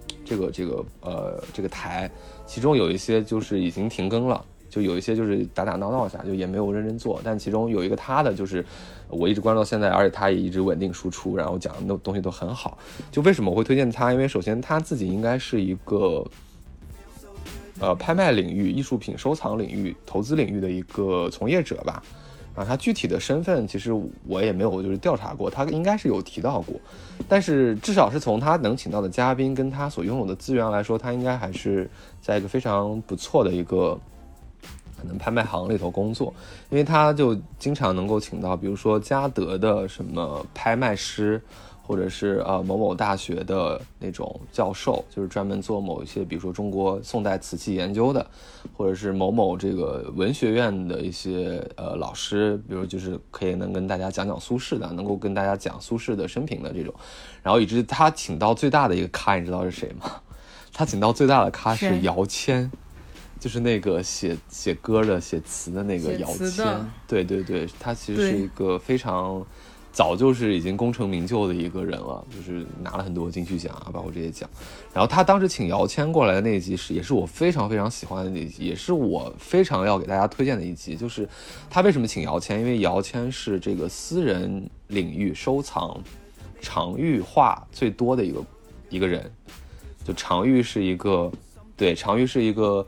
个台，其中有一些就是已经停更了，就有一些就是打闹一下，就也没有认真做，但其中有一个他的就是我一直关注到现在，而且他也一直稳定输出，然后讲的东西都很好。就为什么我会推荐他？因为首先他自己应该是一个拍卖领域、艺术品收藏领域、投资领域的一个从业者吧。他具体的身份其实我也没有就是调查过，他应该是有提到过，但是至少是从他能请到的嘉宾跟他所拥有的资源来说，他应该还是在一个非常不错的一个可能拍卖行里头工作，因为他就经常能够请到比如说嘉德的什么拍卖师， 或者是某某大学的那种教授，就是专门做某一些比如说中国宋代瓷器研究的，或者是某某这个文学院的一些老师，比如就是可以能跟大家讲讲苏轼的，能够跟大家讲苏轼的生平的这种。然后以至他请到最大的一个咖，你知道是谁吗？他请到最大的咖是姚谦，就是那个写歌的、写词的那个姚谦。对对对，他其实是一个非常早就是已经功成名就的一个人了，就是拿了很多金曲奖啊，包括这些奖。然后他当时请姚谦过来的那一集也是我非常非常喜欢的那一集，也是我非常要给大家推荐的一集。就是他为什么请姚谦？因为姚谦是这个私人领域收藏常玉画最多的一个人。就常玉是一个，对，常玉是一个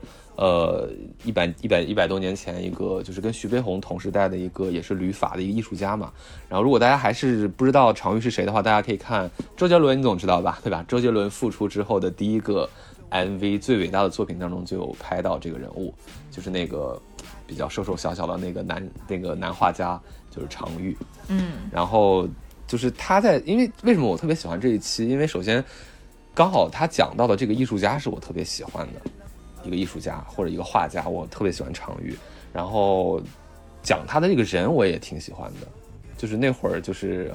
100多年前一个就是跟徐悲鸿同时代的一个也是旅法的一个艺术家嘛。然后如果大家还是不知道常玉是谁的话，大家可以看周杰伦，你总知道吧，对吧？周杰伦复出之后的第一个 MV 最伟大的作品当中就有拍到这个人物，就是那个比较瘦瘦小小的那个男画家，就是常玉。然后就是他因为什么我特别喜欢这一期？因为首先刚好他讲到的这个艺术家是我特别喜欢的一个艺术家或者一个画家，我特别喜欢常玉。然后讲他的这个人我也挺喜欢的，就是那会儿就是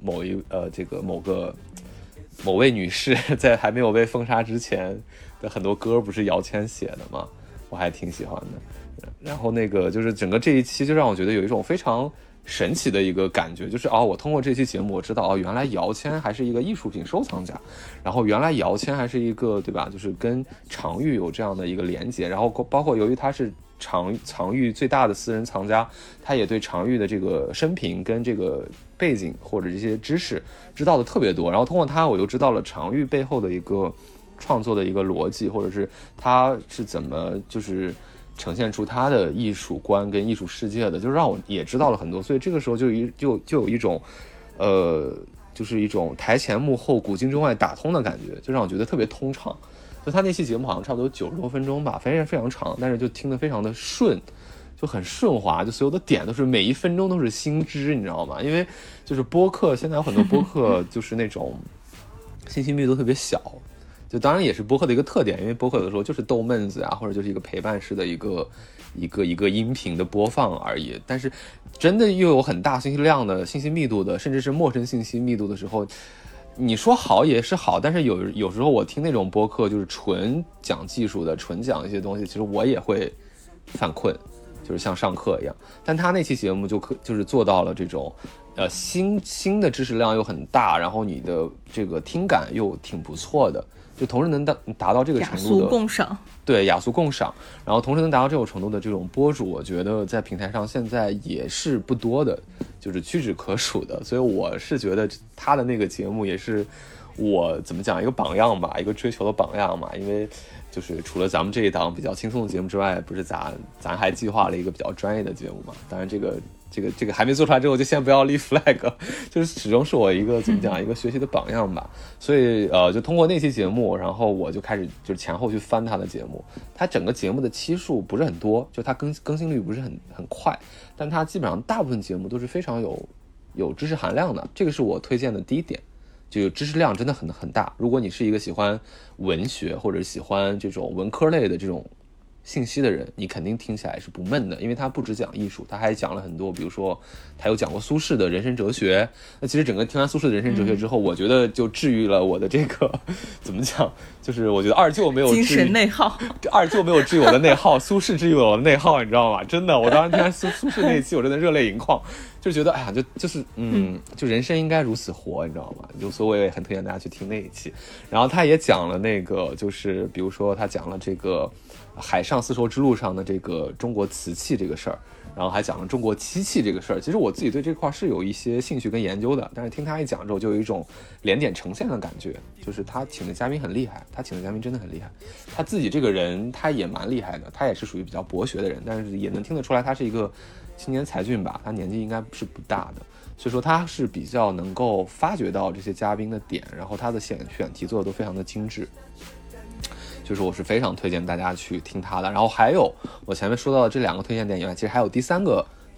某位女士在还没有被封杀之前的很多歌不是姚谦写的吗？我还挺喜欢的。然后那个就是整个这一期就让我觉得有一种非常神奇的一个感觉，就是我通过这期节目我知道原来姚谦还是一个艺术品收藏家，然后原来姚谦还是一个，对吧，就是跟常玉有这样的一个连结，然后包括由于他是常玉最大的私人藏家，他也对常玉的这个生平跟这个背景或者这些知识知道的特别多，然后通过他我又知道了常玉背后的一个创作的一个逻辑，或者是他是怎么就是呈现出他的艺术观跟艺术世界的，就让我也知道了很多。所以这个时候就有一种就是一种台前幕后古今中外打通的感觉，就让我觉得特别通畅。就他那期节目好像差不多90多分钟吧，非常非常长，但是就听得非常的顺，就很顺滑，就所有的点都是每一分钟都是新知，你知道吗？因为就是播客现在有很多播客就是那种信息密度特别小，就当然也是播客的一个特点，因为播客有的时候就是逗闷子啊，或者就是一个陪伴式的一个音频的播放而已。但是真的又有很大信息量的信息密度的，甚至是陌生信息密度的时候，你说好也是好，但是有时候我听那种播客就是纯讲技术的，纯讲一些东西，其实我也会犯困，就是像上课一样。但他那期节目就是做到了这种新的知识量又很大，然后你的这个听感又挺不错的，就同时能达到这个程度的雅俗共赏。 对，雅俗共赏，然后同时能达到这种程度的这种播主，我觉得在平台上现在也是不多的，就是屈指可数的。所以我是觉得他的那个节目也是我怎么讲一个榜样吧，一个追求的榜样嘛。因为就是除了咱们这一档比较轻松的节目之外，不是咱还计划了一个比较专业的节目嘛。当然这个还没做出来之后就先不要立 flag， 就是始终是我一个怎么讲一个学习的榜样吧。所以就通过那期节目，然后我就开始就是前后去翻他的节目。他整个节目的期数不是很多，就他更新率不是很快，但他基本上大部分节目都是非常有知识含量的，这个是我推荐的第一点。就知识量真的很大，如果你是一个喜欢文学或者喜欢这种文科类的这种信息的人，你肯定听起来是不闷的，因为他不只讲艺术，他还讲了很多，比如说他有讲过苏轼的人生哲学。那其实整个听完苏轼的人生哲学之后，我觉得就治愈了我的这个怎么讲，就是我觉得二舅没有治愈精神内耗， 二舅没有治愈我的内耗，苏轼治愈我的内耗，你知道吗？真的，我当时听完苏轼那一期，我真的热泪盈眶。就觉得哎呀，就人生应该如此活，你知道吗？所以我也很推荐大家去听那一期。然后他也讲了那个，就是比如说他讲了这个海上丝绸之路上的这个中国瓷器这个事儿，然后还讲了中国漆器这个事儿。其实我自己对这块是有一些兴趣跟研究的，但是听他一讲之后，就有一种连点呈现的感觉。就是他请的嘉宾很厉害，他请的嘉宾真的很厉害。他自己这个人他也蛮厉害的，他也是属于比较博学的人，但是也能听得出来他是一个青年才俊吧，他年纪应该是不大的，所以说他是比较能够发掘到这些嘉宾的点，然后他的选题做的都非常的精致，就是我是非常推荐大家去听他的。然后还有我前面说到的这2个推荐点以外，其实还有第3个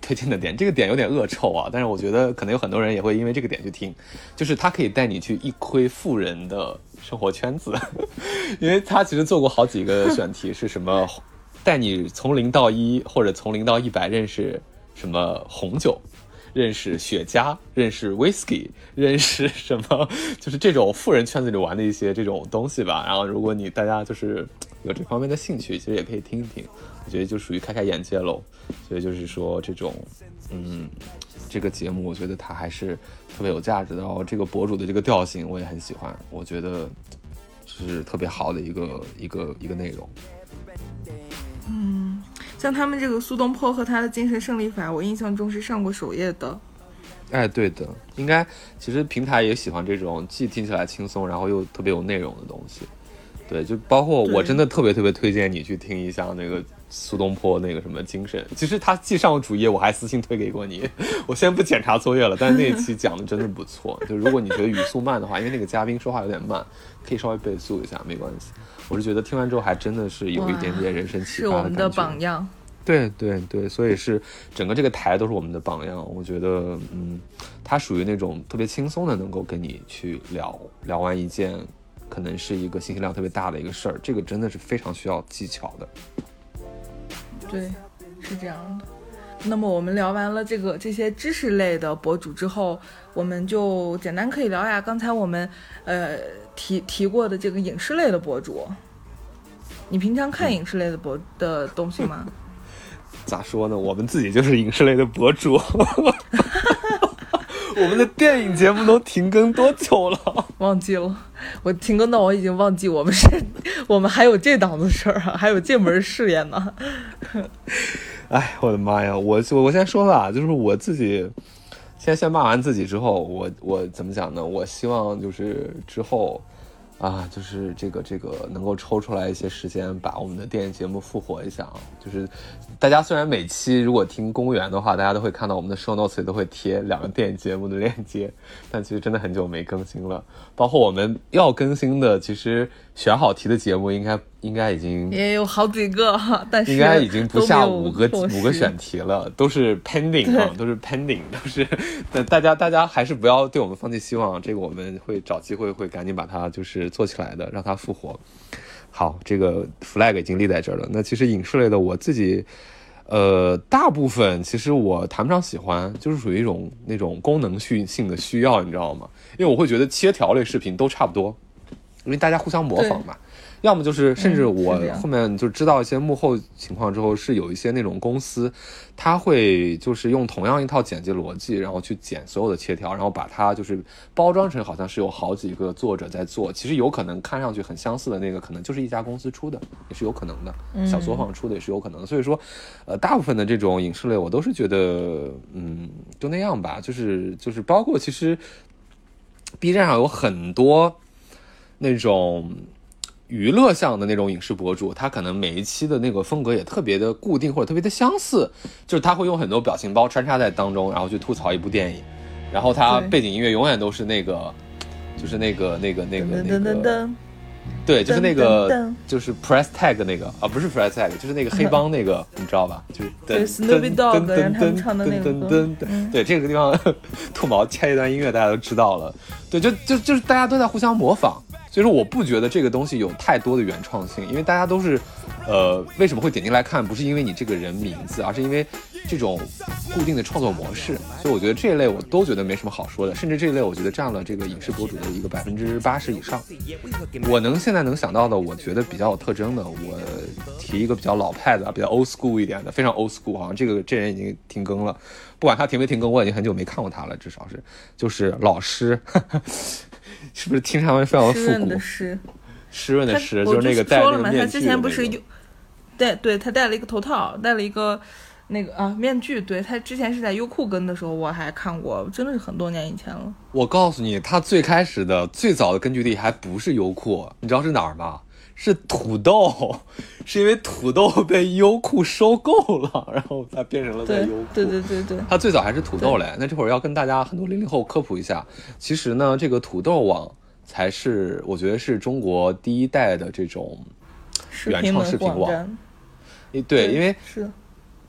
推荐的点，这个点有点恶臭啊，但是我觉得可能有很多人也会因为这个点去听，就是它可以带你去一窥富人的生活圈子，因为他其实做过好几个选题，是什么带你从0到1或者从0到100认识什么红酒，认识雪茄，认识 whisky， 认识什么，就是这种富人圈子里玩的一些这种东西吧。然后如果大家就是有这方面的兴趣，其实也可以听一听，我觉得就属于开开眼界喽。所以就是说这种这个节目我觉得它还是特别有价值的，然后这个博主的这个调性我也很喜欢，我觉得是特别好的一个内容。 像他们这个苏东坡和他的精神胜利法，我印象中是上过首页的。 哎，对的，应该其实平台也喜欢这种既听起来轻松，然后又特别有内容的东西。对，就包括我真的特别推荐你去听一下那个苏东坡那个什么精神。其实他既上主页，我还私信推给过你。我先不检查作业了，但是那一期讲的真的不错。就如果你觉得语速慢的话，因为那个嘉宾说话有点慢，可以稍微倍速一下，没关系。我是觉得听完之后还真的是有一点点人生启发的感觉。 是我们的榜样。 对，所以是整个这个台都是我们的榜样。我觉得它属于那种特别轻松的，能够跟你去聊完一件可能是一个信息量特别大的一个事儿，这个真的是非常需要技巧的。 对，是这样的。那么我们聊完了这些知识类的博主之后，我们就简单可以聊一下刚才我们提过的这个影视类的博主。你平常看影视类的东西吗？ 咋说呢，我们自己就是影视类的博主。我们的电影节目都停更多久了？ 忘记了，我停更到我已经忘记我们还有这档子事儿啊，还有这门事业呢。 哎，我的妈呀！我先说吧，就是我自己先骂完自己之后，我怎么讲呢？我希望就是之后就是这个能够抽出来一些时间，把我们的电影节目复活一下啊！就是大家虽然每期如果听公务员的话，大家都会看到我们的 show notes 里都会贴2个电影节目的链接，但其实真的很久没更新了。包括我们要更新的，其实选好题的节目应该已经也有好几个，但是应该已经不下五个选题了，都是 pending 啊，都是 pending， 都是。大家还是不要对我们放弃希望，这个我们会找机会会赶紧把它就是做起来的，让它复活。好，这个 flag 已经立在这儿了。那其实影视类的我自己，大部分其实我谈不上喜欢，就是属于一种那种功能性的需要，你知道吗？因为我会觉得切条类视频都差不多，因为大家互相模仿嘛。要么就是甚至我后面就知道一些幕后情况之后，是有一些那种公司他会就是用同样一套剪辑逻辑，然后去剪所有的切条，然后把它就是包装成好像是有好几个作者在做，其实有可能看上去很相似的那个可能就是一家公司出的，也是有可能的，小作坊出的也是有可能的。所以说大部分的这种影视类我都是觉得就那样吧，就是包括其实 B 站上有很多那种娱乐向的那种影视博主，他可能每一期的那个风格也特别的固定或者特别的相似，就是他会用很多表情包穿插在当中，然后去吐槽一部电影，然后他背景音乐永远都是那个就是那个对，就是那个就是 press tag 那个不是 press tag， 就是那个黑帮那个你知道吧，就是对 Snoopy Dogg 让他们唱的那个歌， 对，这个地方兔毛掐一段音乐大家都知道了，对，就是大家都在互相模仿。所以说我不觉得这个东西有太多的原创性，因为大家都是为什么会点进来看，不是因为你这个人名字，而是因为这种固定的创作模式。所以我觉得这一类我都觉得没什么好说的，甚至这一类我觉得占了这个影视博主的一个80%以上。我现在能想到的我觉得比较有特征的，我提一个比较老派的比较 old school 一点的，非常 old school， 好像这人已经停更了，不管他停没停更，我已经很久没看过他了，至少是就是老师是不是听上去非常复古？湿润的湿，就是那个戴那个面具的那个。他之前不是对，他戴了一个头套，戴了一个那个面具。对，他之前是在优酷跟的时候，我还看过，真的是很多年以前了。 我告诉你，他最开始的最早的根据地还不是优酷，你知道是哪儿吗？是土豆，是因为土豆被优酷收购了，然后它变成了在优酷。 对， 它最早还是土豆嘞。那这会儿要跟大家很多00后科普一下，其实呢，这个土豆网才是我觉得是中国第一代的这种原创视频网。对，因为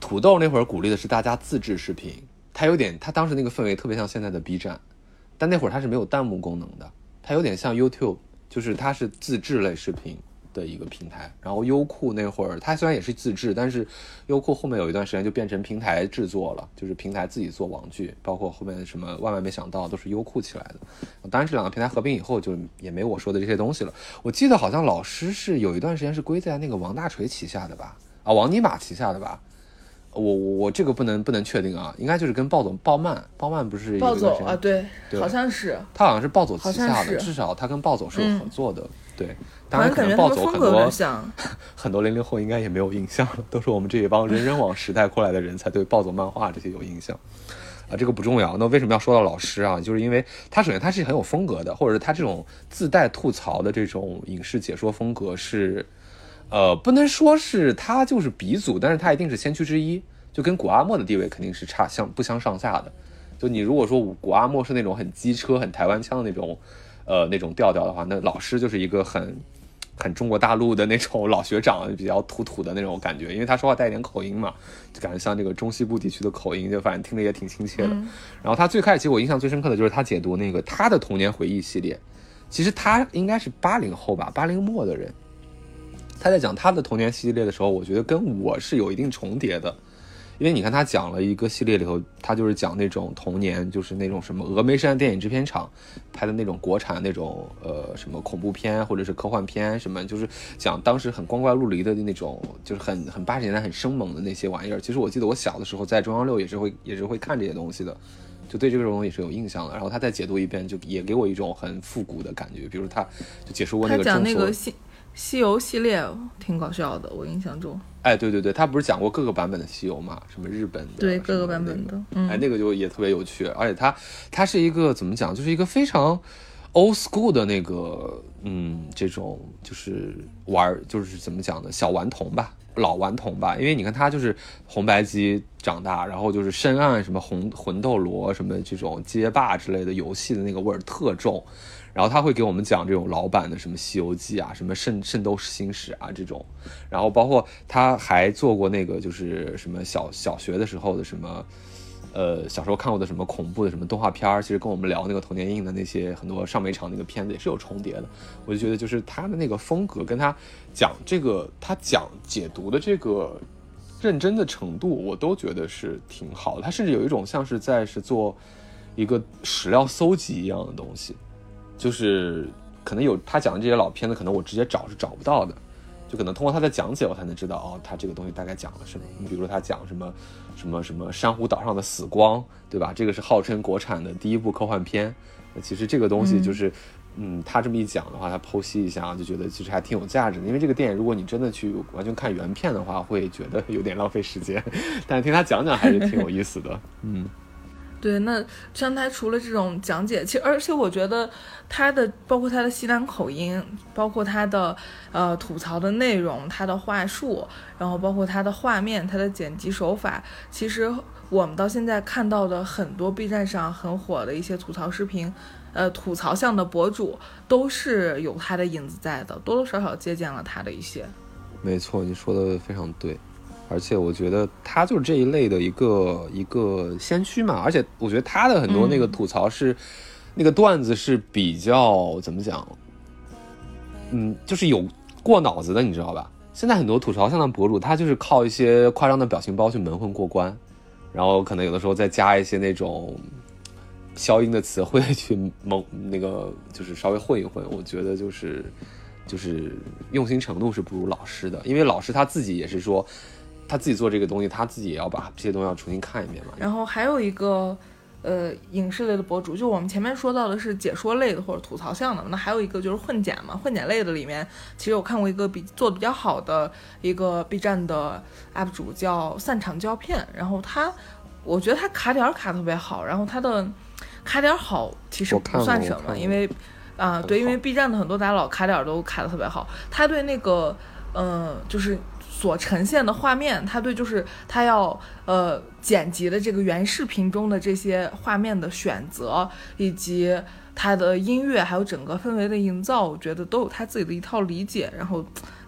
土豆那会儿鼓励的是大家自制视频，他当时那个氛围特别像现在的 B 站，但那会儿它是没有弹幕功能的，它有点像 YouTube， 就是它是自制类视频的一个平台。然后优酷那会儿它虽然也是自制，但是优酷后面有一段时间就变成平台制作了，就是平台自己做网剧，包括后面什么万万没想到都是优酷起来的。当然这两个平台合并以后就也没我说的这些东西了。我记得好像老师是有一段时间是归在那个王大锤旗下的吧，王尼玛旗下的吧，我这个不能确定啊，应该就是跟暴漫不是暴走啊，对，好像是他好像是暴走旗下的，至少他跟暴走是有合作的。对，当然可能暴走很多00后应该也没有印象了，都是我们这一帮人人网时代过来的人才对暴走漫画这些有印象啊。这个不重要。那为什么要说到老师啊？就是因为他首先他是很有风格的，或者是他这种自带吐槽的这种影视解说风格是不能说是他就是鼻祖，但是他一定是先驱之一，就跟古阿莫的地位肯定是不相上下的。就你如果说古阿莫是那种很机车很台湾腔的那种调调的话，那老师就是一个很中国大陆的那种老学长，比较土的那种感觉，因为他说话带一点口音嘛，就感觉像这个中西部地区的口音，就反正听着也挺亲切的。然后他最开始其实我印象最深刻的就是他解读那个他的童年回忆系列，其实他应该是80后吧，80末的人，他在讲他的童年系列的时候，我觉得跟我是有一定重叠的。因为你看他讲了一个系列里头，他就是讲那种童年，就是那种什么峨眉山电影制片厂拍的那种国产那种什么恐怖片或者是科幻片什么，就是讲当时很光怪陆离的那种，就是很80年代很生猛的那些玩意儿。其实我记得我小的时候在中央6也是会看这些东西的，就对这个东西是有印象的。然后他再解读一遍，就也给我一种很复古的感觉。比如他就解说过那个他讲那个西游系列挺搞笑的，我印象中。 哎，对，他不是讲过各个版本的西游嘛？什么日本的， 对，各个版本的， 那个就也特别有趣。而且他是一个怎么讲，就是一个非常 old school 的那个，这种就是就是怎么讲的，小顽童吧，老顽童吧。因为你看他就是红白机长大，然后就是深谙什么魂斗罗什么这种街霸之类的游戏的那个味儿特重。然后他会给我们讲这种老版的什么西游记啊，什么圣斗士星矢啊这种，然后包括他还做过那个就是什么小学的时候的什么小时候看过的什么恐怖的什么动画片，其实跟我们聊那个童年映的那些很多上美场那个片子也是有重叠的。我就觉得就是他的那个风格跟他讲这个他讲解读的这个认真的程度，我都觉得是挺好的。他甚至有一种像是做一个史料搜集一样的东西，就是可能有他讲的这些老片子，可能我直接找是找不到的，就可能通过他的讲解我才能知道他这个东西大概讲了什么。你比如说他讲什么珊瑚岛上的死光，对吧？这个是号称国产的第一部科幻片。那其实这个东西就是他这么一讲的话，他剖析一下就觉得其实还挺有价值的。因为这个电影如果你真的去完全看原片的话，会觉得有点浪费时间，但是听他讲还是挺有意思的。 对，那像他除了这种讲解，而且我觉得他的包括他的西南口音，包括他的吐槽的内容，他的话术，然后包括他的画面，他的剪辑手法，其实我们到现在看到的很多 B 站上很火的一些吐槽视频，吐槽向的博主都是有他的影子在的，多多少少借鉴了他的一些。 没错，你说的非常对。而且我觉得他就是这一类的一个先驱嘛，而且我觉得他的很多那个吐槽是那个段子是比较怎么讲，就是有过脑子的，你知道吧？现在很多吐槽向的博主，他就是靠一些夸张的表情包去蒙混过关，然后可能有的时候再加一些那种消音的词汇去那个就是稍微混一混。我觉得就是用心程度是不如老师的，因为老师他自己也是说他自己做这个东西，他自己也要把这些东西要重新看一遍嘛。 然后还有一个影视类的博主，就我们前面说到的是解说类的或者吐槽向的，那还有一个就是混剪嘛。混剪类的里面，其实我看过一个做的比较好的一个 B 站的 UP 主叫散场胶片，然后我觉得他卡点卡特别好，然后他的卡点好其实不算什么，因为对，因为 B 站的很多大佬卡点都卡得特别好，他对那个就是所呈现的画面，他对就是他要剪辑的这个原视频中的这些画面的选择，以及他的音乐还有整个氛围的营造，我觉得都有他自己的一套理解，然后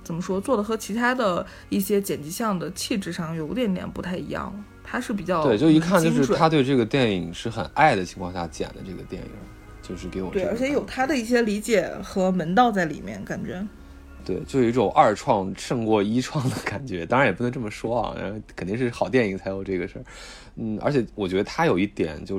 怎么说，做的和其他的一些剪辑项的气质上有点点不太一样，它是比较对，就一看就是他对这个电影是很爱的情况下剪的这个电影，就是给我对，而且有他的一些理解和门道在里面，感觉。 对，就有一种二创胜过一创的感觉，当然也不能这么说啊，肯定是好电影才有这个事儿。而且我觉得它有一点就是，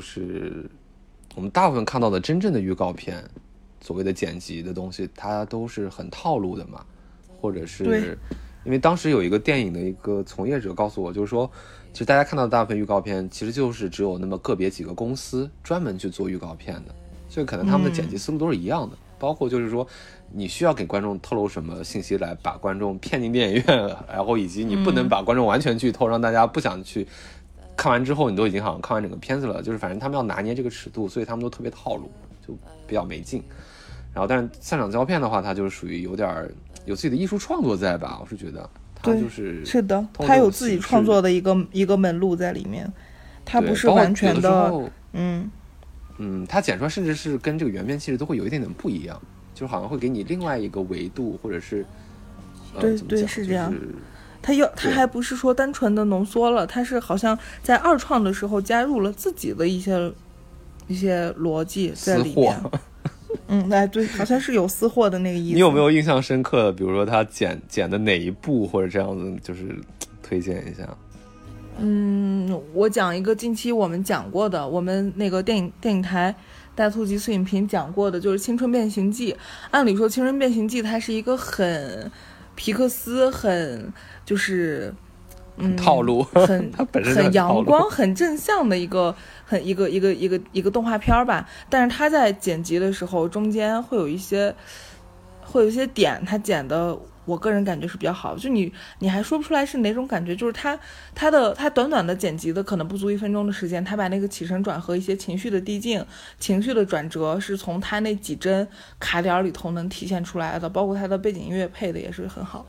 我们大部分看到的真正的预告片，所谓的剪辑的东西，它都是很套路的嘛，或者是因为当时有一个电影的一个从业者告诉我，就是说，其实大家看到的大部分预告片，其实就是只有那么个别几个公司专门去做预告片的，所以可能他们的剪辑思路都是一样的。包括就是说你需要给观众透露什么信息来把观众骗进电影院，然后以及你不能把观众完全剧透，让大家不想去看完之后你都已经好像看完整个片子了，就是反正他们要拿捏这个尺度，所以他们都特别套路，就比较没劲。然后但是散场胶片的话，它就是属于有点有自己的艺术创作在吧，我是觉得它就是是的，它有自己创作的一个门路在里面，它不是完全的它剪出来甚至是跟这个原片其实都会有一点点不一样，就好像会给你另外一个维度，或者是对对是这样，它还不是说单纯的浓缩了，它是好像在二创的时候加入了自己的一些逻辑在里面。对，好像是有私货的那个意思。 你有没有印象深刻的，比如说他剪的哪一部或者这样子，就是推荐一下？ 我讲一个近期我们讲过的，我们那个电影台大兔极速影评讲过的，就是《青春变形记》。按理说，《青春变形记》它是一个很皮克斯，很就是套路，它本身很阳光、很正向的一个动画片吧。但是它在剪辑的时候，中间会有一些点，它剪的。我个人感觉是比较好，就你还说不出来是哪种感觉，就是他短短的剪辑的可能不足1分钟的时间，他把那个起承转合一些情绪的递进、情绪的转折是从他那几帧卡点里头能体现出来的，包括他的背景音乐配的也是很好。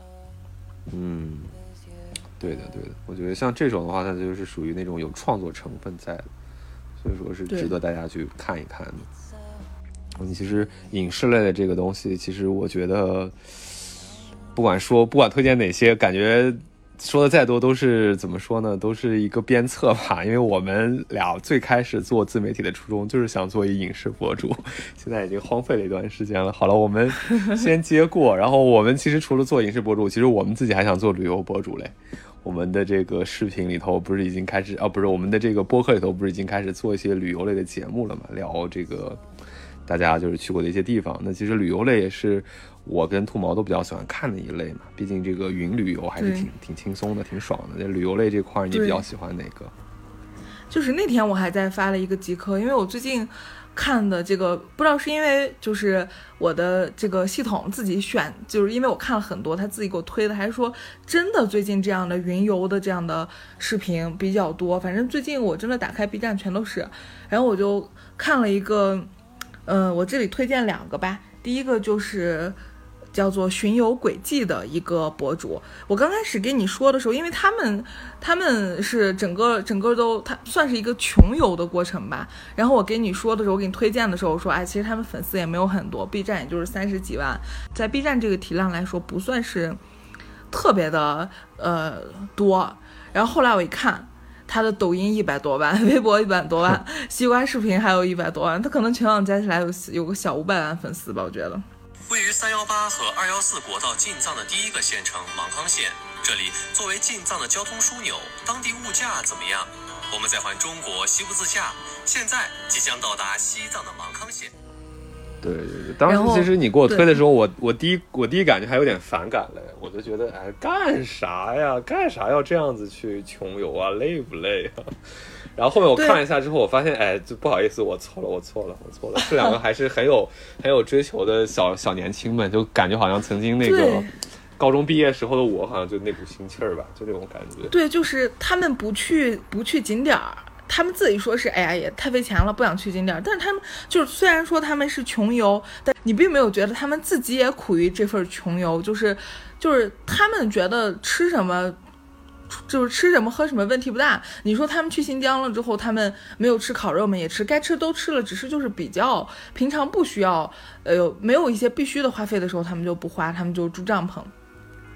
对的，我觉得像这种的话，它就是属于那种有创作成分在的，所以说是值得大家去看一看的。其实影视类的这个东西，其实我觉得。不管推荐哪些，感觉说的再多都是怎么说呢？都是一个鞭策吧。因为我们俩最开始做自媒体的初衷就是想做一影视博主，现在已经荒废了一段时间了。好了，我们先接过。然后我们其实除了做影视博主，其实我们自己还想做旅游博主嘞。我们的这个视频里头不是已经开始不是我们的这个播客里头不是已经开始做一些旅游类的节目了嘛？聊这个大家就是去过的一些地方。那其实旅游类也是。我跟兔毛都比较喜欢看的一类嘛，毕竟这个云旅游还是挺轻松的，挺爽的。这旅游类这块你比较喜欢哪个？ 就是那天我还在发了一个极客，因为我最近看的这个不知道是因为就是我的这个系统自己选，就是因为我看了很多他自己给我推的，还是说真的最近这样的云游的这样的视频比较多。反正最近我真的打开 B 站全都是，然后我就看了一个我这里推荐2个吧。第一个就是叫做巡游轨迹的一个博主。我刚开始跟你说的时候，因为他们是整个都他算是一个穷游的过程吧。然后我跟你说的时候，我给你推荐的时候，我说其实他们粉丝也没有很多， B 站也就是30几万，在 B 站这个体量来说不算是特别的多。然后后来我一看他的抖音100多万，微博100多万，西瓜视频还有100多万，他可能全网加起来有个小500万粉丝吧，我觉得。 位于318和214国道进藏的第一个县城芒康县，这里作为进藏的交通枢纽，当地物价怎么样？我们在环中国西部自驾，现在即将到达西藏的芒康县。 对，当时其实你给我推的时候，我第一感觉还有点反感嘞，我就觉得干啥要这样子去穷游啊，累不累啊？然后后面我看了一下之后，我发现就不好意思，我错了，这2个还是很有追求的小年轻们，就感觉好像曾经那个高中毕业时候的我，好像就那股心气儿吧，就那种感觉。 对，就是他们不去景点儿。他们自己说是也太费钱了，不想去景点，但是他们就是虽然说他们是穷游，但你并没有觉得他们自己也苦于这份穷游，就是他们觉得吃什么喝什么问题不大。你说他们去新疆了之后，他们没有吃烤肉嘛，也吃，该吃都吃了，只是就是比较平常不需要没有一些必须的花费的时候，他们就不花，他们就住帐篷。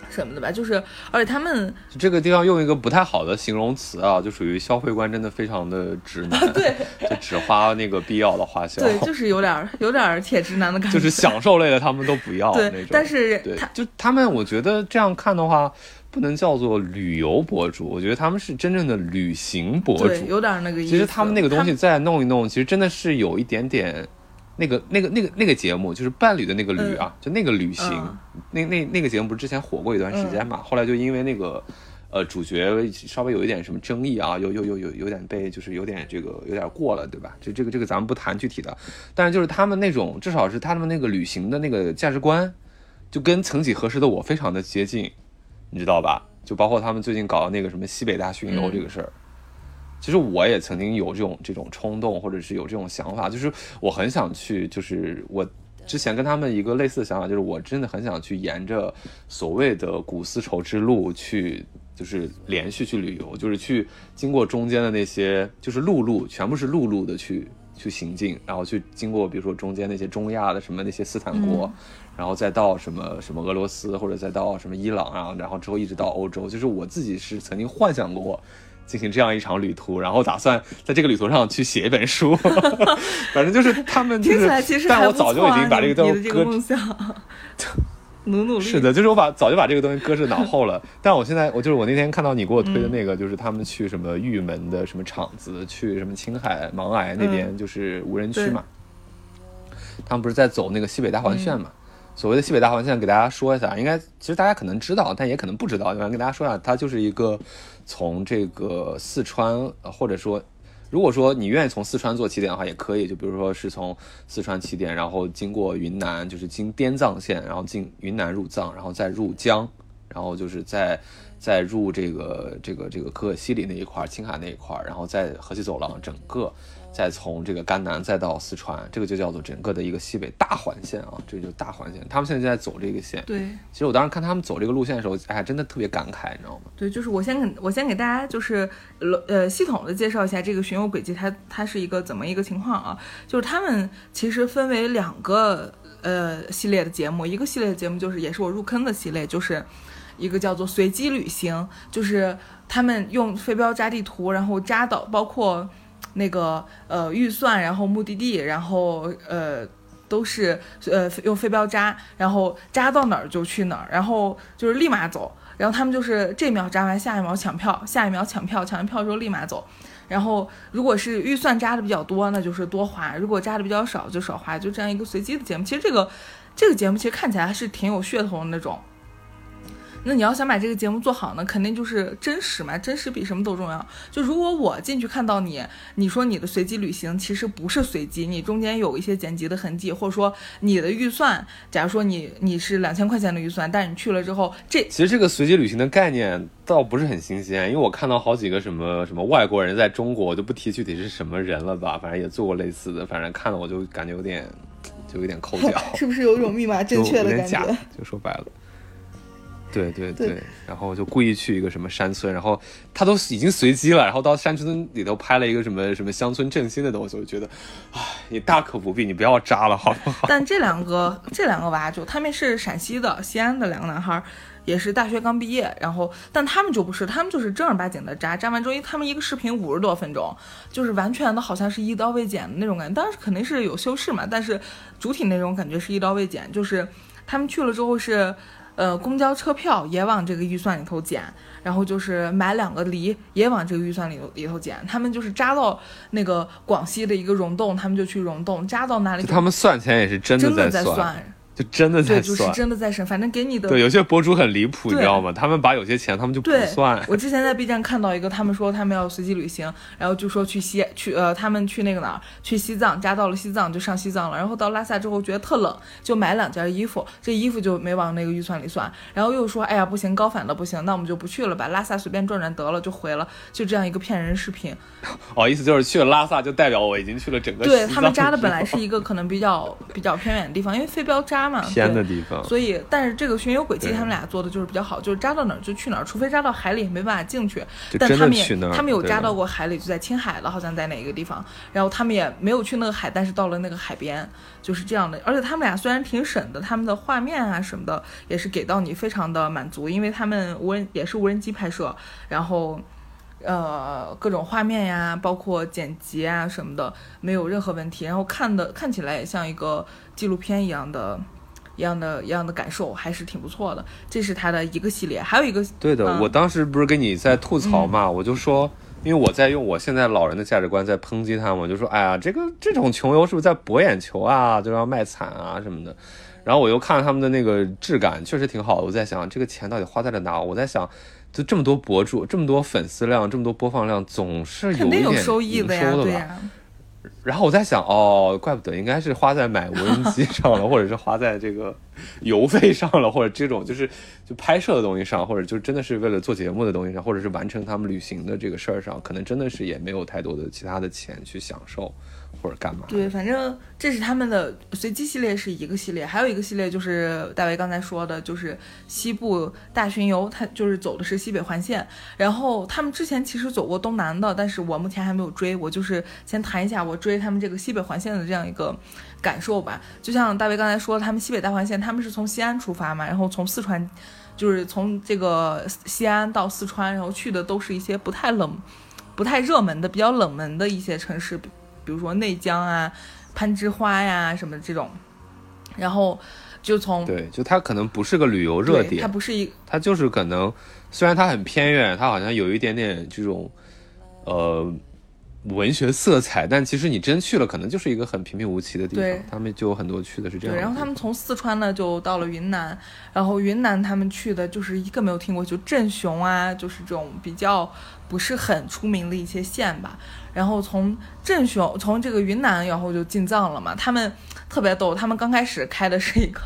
什么的吧，就是而且他们这个地方用一个不太好的形容词啊，就属于消费观真的非常的直男， 对， 就只花那个必要的花销， 对，就是有点铁直男的感觉， 就是享受类的他们都不要那种。 但是对，就他们，我觉得这样看的话，不能叫做旅游博主，我觉得他们是真正的旅行博主， 对，有点那个意思。 其实他们那个东西再弄一弄，其实真的是有一点点。那个节目就是伴侣的那个旅啊，就那个旅行，那个节目不是之前火过一段时间嘛？后来就因为那个主角稍微有一点什么争议啊，有点被就是有点过了，对吧？这个咱们不谈具体的，但是就是他们那种至少是他们那个旅行的那个价值观，就跟曾几何时的我非常的接近，你知道吧？就包括他们最近搞的那个什么西北大巡游这个事儿。其实我也曾经有这种冲动，或者是有这种想法，就是我很想去，就是我之前跟他们一个类似的想法，就是我真的很想去沿着所谓的古丝绸之路去，就是连续去旅游，就是去经过中间的那些，就是陆路，全部是陆路的去行进，然后去经过比如说中间那些中亚的什么那些斯坦国，然后再到什么俄罗斯，或者再到什么伊朗啊，然后之后一直到欧洲，就是我自己是曾经幻想过进行这样一场旅途，然后打算在这个旅途上去写一本书。反正就是他们就是， 听起来其实但我早就已经把这个东西搁梦想努力。 是的，就是早就把这个东西搁置脑后了。但我现在我那天看到你给我推的那个，就是他们去什么玉门的什么厂子，去什么青海勐崖那边，就是无人区嘛。他们不是在走那个西北大环线嘛？所谓的西北大环线，给大家说一下，应该其实大家可能知道，但也可能不知道。我想跟大家说一下，它就是一个从这个四川，或者说，如果说你愿意从四川做起点的话，也可以。就比如说是从四川起点，然后经过云南，就是经滇藏线，然后进云南入藏，然后再入江，然后就是再入这个可可西里那一块，青海那一块，然后再河西走廊整个。再从这个甘南再到四川，这个就叫做整个的一个西北大环线啊，这就大环线。他们现在就在走这个线。 对， 其实我当时看他们走这个路线的时候，哎，真的特别感慨，你知道吗？ 对，就是我先给大家就是系统的介绍一下这个巡游轨迹，它是一个怎么一个情况啊？就是他们其实分为2个系列的节目，一个系列的节目就是也是我入坑的系列，就是一个叫做随机旅行，就是他们用飞镖扎地图，然后扎到包括那个预算，然后目的地，然后都是用飞镖扎，然后扎到哪儿就去哪儿，然后就是立马走，然后他们就是这秒扎完，下一秒抢票，下一秒抢票，抢完票之后立马走。然后如果是预算扎的比较多，那就是多花；如果扎的比较少就少花，就这样一个随机的节目。其实这个节目其实看起来是挺有噱头的那种。那你要想把这个节目做好呢，肯定就是真实嘛，真实比什么都重要。就如果我进去看到你说你的随机旅行其实不是随机，你中间有一些剪辑的痕迹，或者说你的预算，假如说你是2000块钱的预算，但是你去了之后， 其实这个随机旅行的概念倒不是很新鲜，因为我看到好几个什么外国人在中国，我就不提具体是什么人了吧，反正也做过类似的，反正看了我就感觉有点抠脚， 是不是有一种密码正确的感觉？ 就说白了。对，然后就故意去一个什么山村，然后他都已经随机了，然后到山村里头拍了一个什么乡村振兴的东西，我就觉得，唉，你大可不必，你不要扎了，好不好？ 但这两个娃就他们是陕西的西安的2个男孩，也是大学刚毕业，然后但他们就不是，他们就是正儿八经的扎完之后，他们一个视频50多分钟，就是完全的好像是一刀未剪的那种感觉，当然肯定是有修饰嘛，但是主体内容感觉是一刀未剪，就是他们去了之后是。公交车票也往这个预算里头减，然后就是买2个梨也往这个预算里头减。他们就是扎到那个广西的一个溶洞，他们就去溶洞，扎到哪里？ 他们算钱也是真的在算。就真的在算， 对，就是真的在省，反正给你的。 对，有些博主很离谱，你知道吗？他们把有些钱他们就不算。 我之前在 B 站看到一个，他们说他们要随机旅行，然后就说他们去那个哪儿，去西藏，扎到了西藏就上西藏了，然后到拉萨之后觉得特冷，就买2件衣服，这衣服就没往那个预算里算，然后又说哎呀不行，高反的不行，那我们就不去了吧，拉萨随便转转得了就回了，就这样一个骗人视频。 意思就是去了拉萨就代表我已经去了整个西藏。 对，他们扎的本来是一个可能比较偏远的地方，因为飞镖扎嘛， 偏的地方。 所以，但是这个巡游轨迹他们俩做的就是比较好，就是扎到哪儿就去哪儿，除非扎到海里没办法进去。但他们有扎到过海里，就在青海的，好像在哪个地方。然后他们也没有去那个海，但是到了那个海边，就是这样的。而且他们俩虽然挺省的，他们的画面啊什么的也是给到你非常的满足，因为他们也是无人机拍摄，然后各种画面呀，包括剪辑啊什么的没有任何问题，然后看起来也像一个纪录片一样的感受，还是挺不错的。这是它的一个系列，还有一个对的，我当时不是跟你在吐槽嘛，我就说，因为我在用我现在老人的价值观在抨击他们，我就说，哎呀，这种穷游是不是在博眼球啊，就要卖惨啊什么的。然后我又看了他们的那个质感，确实挺好的。我在想，这个钱到底花在了哪？我在想，就这么多博主，这么多粉丝量，这么多播放量，总是有一点营收的吧？ 对呀。 然后我在想，怪不得应该是花在买无人机上了，或者是花在这个邮费上了，或者这种就拍摄的东西上，或者就真的是为了做节目的东西上，或者是完成他们旅行的这个事儿上，可能真的是也没有太多的其他的钱去享受或者干嘛。 对，反正这是他们的随机系列是一个系列，还有一个系列就是大卫刚才说的，就是西部大巡游，它就是走的是西北环线。然后他们之前其实走过东南的，但是我目前还没有追，我就是先谈一下我追他们这个西北环线的这样一个感受吧。就像大卫刚才说，他们西北大环线他们是从西安出发嘛，然后从四川，就是从这个西安到四川，然后去的都是一些不太热门的比较冷门的一些城市，比如说内江啊、攀枝花呀什么这种，然后就它可能不是个旅游热点， 它不是它就是可能虽然它很偏远，它好像有一点点这种文学色彩，但其实你真去了，可能就是一个很平平无奇的地方。他们就有很多去的是这样的。 对，然后他们从四川呢就到了云南，然后云南他们去的就是一个没有听过，就镇雄啊，就是这种比较不是很出名的一些县吧。然后从这个云南，然后就进藏了嘛。他们特别逗，他们刚开始开的是一个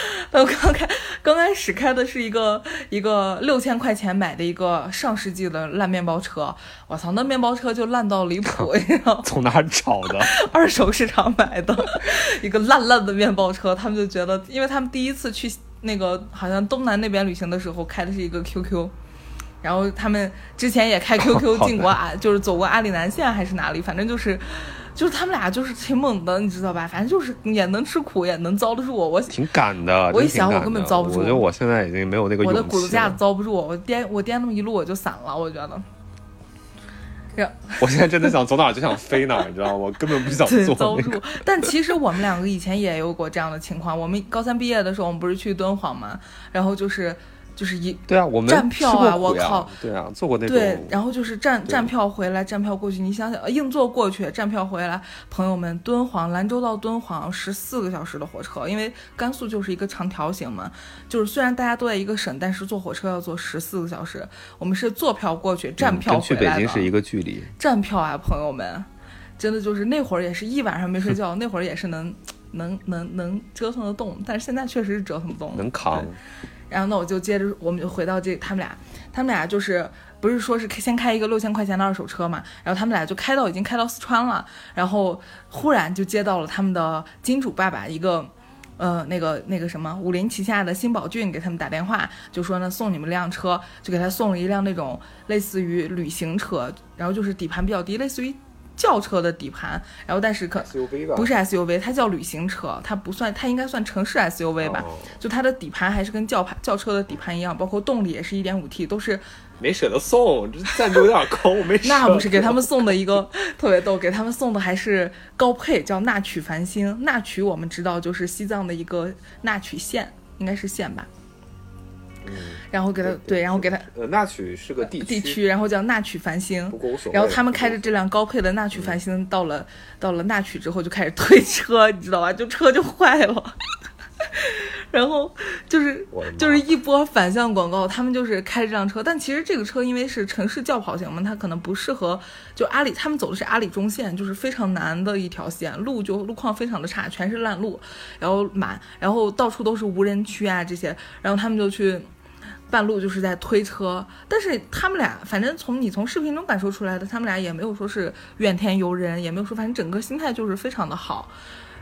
6000块钱买的一个上世纪的烂面包车。我操，那面包车就烂到离谱，你知道吗？ 从哪儿找的？ 二手市场买的一个烂的面包车。他们就觉得，因为他们第一次去那个好像东南那边旅行的时候开的是一个 QQ。然后他们之前也开 QQ 进过就是走过阿里南线还是哪里，反正就是他们俩就是挺猛的，你知道吧？反正就是也能吃苦，也能遭得住我挺敢的。 我一想我根本遭不住， 我觉得我现在已经没有那个勇气了。 我的骨头架子遭不住我颠那么一路我就散了，我觉得。 我现在真的想走哪儿就想飞哪儿，你知道吗？我根本不想坐遭不住。但其实我们两个以前也有过这样的情况。我们高3毕业的时候，我们不是去敦煌嘛，然后就是对啊，我们站票啊，我靠， 对啊，坐过那种。 对，然后就是站票回来，站票过去，你想想，硬座过去，站票回来，朋友们，兰州到敦煌14个小时的火车，因为甘肃就是一个长条形嘛，就是虽然大家都在一个省，但是坐火车要坐14个小时。我们是坐票过去，站票回来的。 跟去北京是一个距离。 站票啊，朋友们，真的就是那会儿也是一晚上没睡觉，那会儿也是能折腾得动，但是现在确实是折腾不动， 能扛。 然后那我就接着，我们就回到他们俩就是不是说是先开一个6000块钱的二手车嘛，然后他们俩就已经开到四川了，然后忽然就接到了他们的金主爸爸一个那个什么武林旗下的辛宝骏给他们打电话，就说呢送你们辆车，就给他送了一辆那种类似于旅行车，然后就是底盘比较低，类似于轿车的底盘，然后但是不是 SUV， 它叫旅行车，它应该算城市 SUV 吧，就它的底盘还是跟轿车的底盘一样，包括动力也是 1.5T， 都是没舍得送，这赞助有点高，没舍得。 那不是给他们送的一个特别逗，给他们送的还是高配，叫纳曲繁星。纳曲我们知道就是西藏的一个纳曲县，应该是县吧。然后给他对，然后给他纳曲是个地区，然后叫纳曲繁星。然后他们开着这辆高配的纳曲繁星到了纳曲之后就开始推车，你知道吧？就车就坏了。然后就是一波反向广告，他们就是开这辆车，但其实这个车因为是城市轿跑型嘛，它可能不适合就他们走的是阿里中线，就是非常难的一条线，路况非常的差，全是烂路，然后到处都是无人区啊这些，然后他们就去半路就是在推车，但是他们俩反正你从视频中感受出来的，他们俩也没有说是怨天尤人，也没有说，反正整个心态就是非常的好。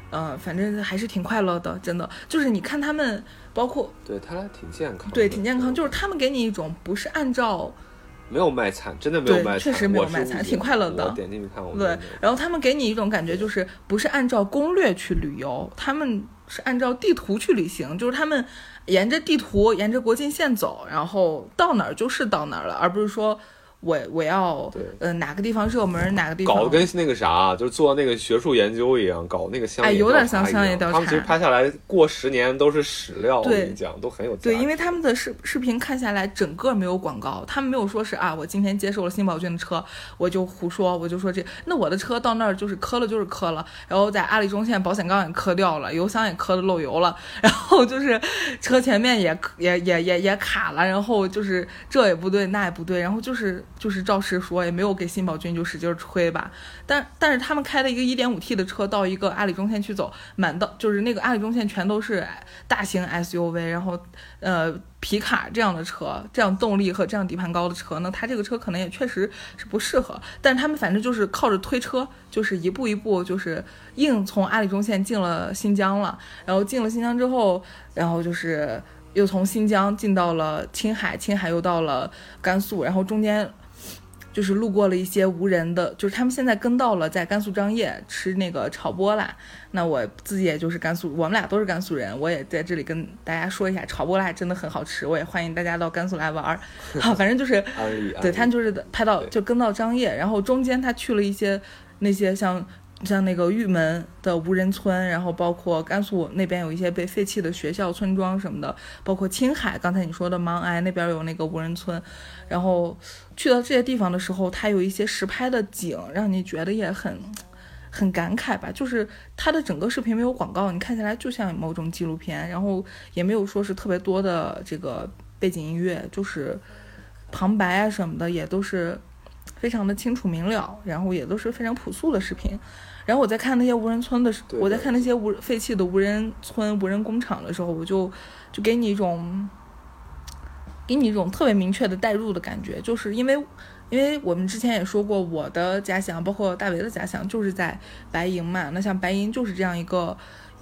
反正还是挺快乐的，真的。就是你看他们，包括对他挺健康的， 对，挺健康，就是他们给你一种不是按照。 没有卖惨，真的没有卖惨， 确实没有卖惨，挺快乐的。 我点进去看， 对，然后他们给你一种感觉，就是不是按照攻略去旅游，他们是按照地图去旅行，就是他们沿着地图，沿着国境线走，然后到哪儿就是到哪儿了，而不是说我要哪个地方热门，哪个地方搞得跟那个啥，就是做那个学术研究一样，搞那个乡野调查有点像乡野调查。 他们其实拍下来过10年都是史料，我跟你讲都很有价值。 对，因为他们的视频看下来整个没有广告，他们没有说是我今天接受了新宝骏的车，我就胡说，我就说那我的车到那儿就是磕了就是磕了，然后在阿里中线保险杠也磕掉了，油箱也磕的漏油了，然后就是车前面也卡了，然后就是这也不对那也不对，然后就是照实说，也没有给新宝骏就使劲吹吧。但是他们开了一个 1.5T 的车到一个阿里中线去走，满到就是那个阿里中线全都是大型 SUV， 然后皮卡这样的车，这样动力和这样底盘高的车呢，它这个车可能也确实是不适合。但是他们反正就是靠着推车，就是一步一步就是硬从阿里中线进了新疆了，然后进了新疆之后，然后就是又从新疆进到了青海，青海又到了甘肃，然后中间就是路过了一些无人的，就是他们现在跟到了在甘肃张掖吃那个炒波辣。那我自己也就是甘肃，我们俩都是甘肃人，我也在这里跟大家说一下，炒波辣真的很好吃，我也欢迎大家到甘肃来玩。好，反正就是对，他就是拍到就跟到张掖，然后中间他去了一些那些像那个玉门的无人村，然后包括甘肃那边有一些被废弃的学校村庄什么的，包括青海刚才你说的勐哀那边有那个无人村，然后去到这些地方的时候，它有一些实拍的景让你觉得也很感慨吧，就是它的整个视频没有广告，你看起来就像某种纪录片，然后也没有说是特别多的这个背景音乐，就是旁白什么的也都是非常的清楚明了，然后也都是非常朴素的视频。然后我在看那些无人村的，我在看那些废弃的无人村、无人工厂的时候，我就给你一种特别明确的代入的感觉，就是因为我们之前也说过，我的家乡包括大为的家乡就是在白银嘛，那像白银就是这样一个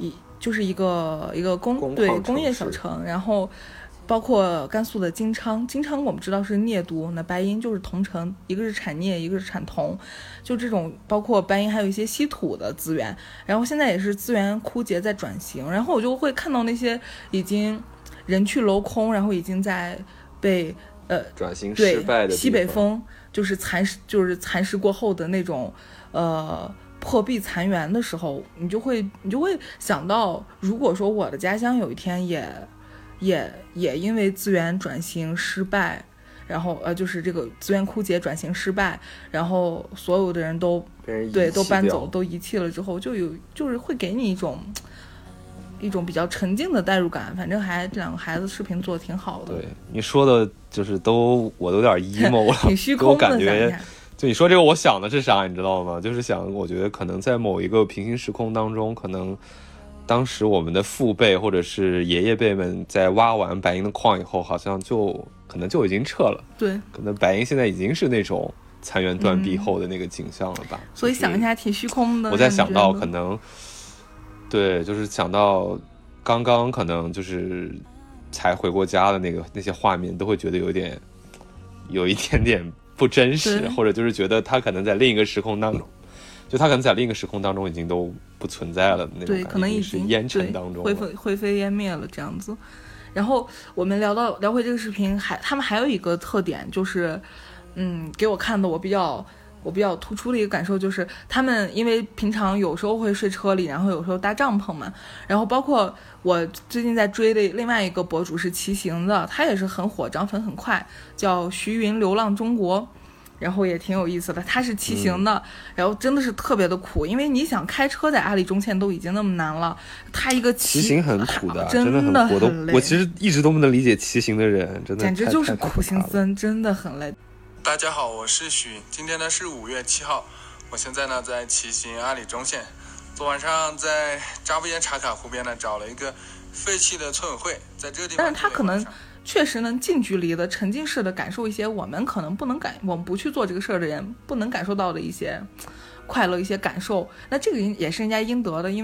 工业小城，然后包括甘肃的金昌我们知道是镍都，那白银就是铜城，一个是产镍，一个是产铜，就这种包括白银还有一些稀土的资源，然后现在也是资源枯竭在转型，然后我就会看到那些已经人去楼空，然后已经在被转型失败的西北风就是蚕食过后的那种破壁残垣的时候，你就会想到，如果说我的家乡有一天也因为资源转型失败，然后就是这个资源枯竭转型失败，然后所有的人都搬走都遗弃了之后，就是会给你一种比较沉静的代入感。反正这两个孩子视频做的挺好的。 对，你说的就是我都有点 emo 了， 挺虚空的， 我感觉就你说这个，我想的是啥，你知道吗？就是想，我觉得可能在某一个平行时空当中，可能当时我们的父辈或者是爷爷辈们在挖完白银的矿以后，好像可能就已经撤了。对，可能白银现在已经是那种残垣断壁后的那个景象了吧。 所以想一下挺虚空的。 我在想到可能，对，就是想到刚刚可能就是才回过家的那些画面，都会觉得有一点点不真实，或者就是觉得他可能在另一个时空当中，已经都不存在了那种感觉， 对，可能已经是烟尘当中灰飞烟灭了这样子。然后我们聊回这个视频，他们还有一个特点就是，给我看的我比较突出的一个感受就是，他们因为平常有时候会睡车里，然后有时候搭帐篷嘛，然后包括我最近在追的另外一个博主是骑行的，他也是很火，涨粉很快，叫徐云流浪中国，然后也挺有意思的，他是骑行的，然后真的是特别的苦，因为你想开车在阿里中线都已经那么难了，他一个骑行很苦的， 真的很苦，我其实一直都不能理解骑行的人，真的简直就是苦行僧，真的很累。 大家好，我是许云，今天呢是5月7号，我现在呢在骑行阿里中线。昨晚上在扎布烟茶卡湖边呢找了一个废弃的村委会，在这个地方， 但是他可能确实能近距离的沉浸式的感受一些我们可能我们不去做这个事儿的人不能感受到的一些快乐，一些感受。那这个也是人家应得的，因为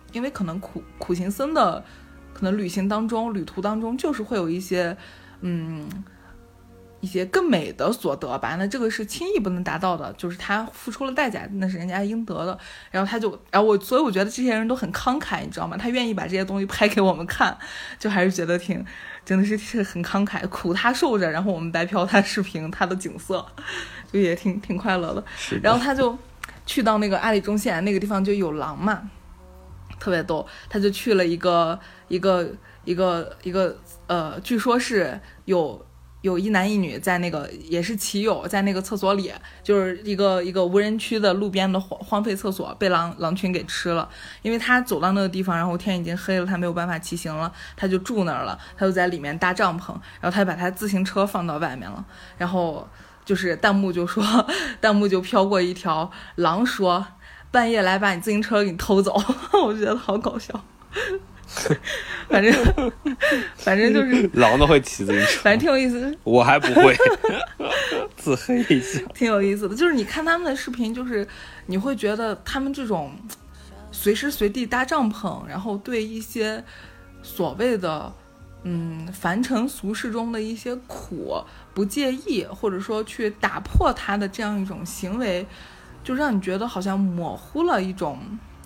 因为可能苦行僧的可能旅途当中就是会有一些一些更美的所得吧，那这个是轻易不能达到的，就是他付出了代价，那是人家应得的。然后所以我觉得这些人都很慷慨，你知道吗？他愿意把这些东西拍给我们看，就还是觉得真的是很慷慨，苦他受着，然后我们白嫖他视频他的景色，就也挺快乐的。然后他就去到那个阿里中县那个地方就有狼嘛，特别逗，他就去了一个据说是有一男一女在那个也是骑友在那个厕所里，就是一个无人区的路边的荒废厕所被狼群给吃了。因为他走到那个地方，然后天已经黑了，他没有办法骑行了，他就住那儿了，他就在里面搭帐篷，然后他把他自行车放到外面了，然后就是弹幕就飘过一条狼说半夜来把你自行车给你偷走我觉得好搞笑反正就是狼都会骑自行车， 反正挺有意思， 我还不会自黑一下， 挺有意思的。就是你看他们的视频，就是你会觉得他们这种随时随地搭帐篷，然后对一些所谓的凡尘俗世中的一些苦不介意，或者说去打破它的这样一种行为，就让你觉得好像模糊了一种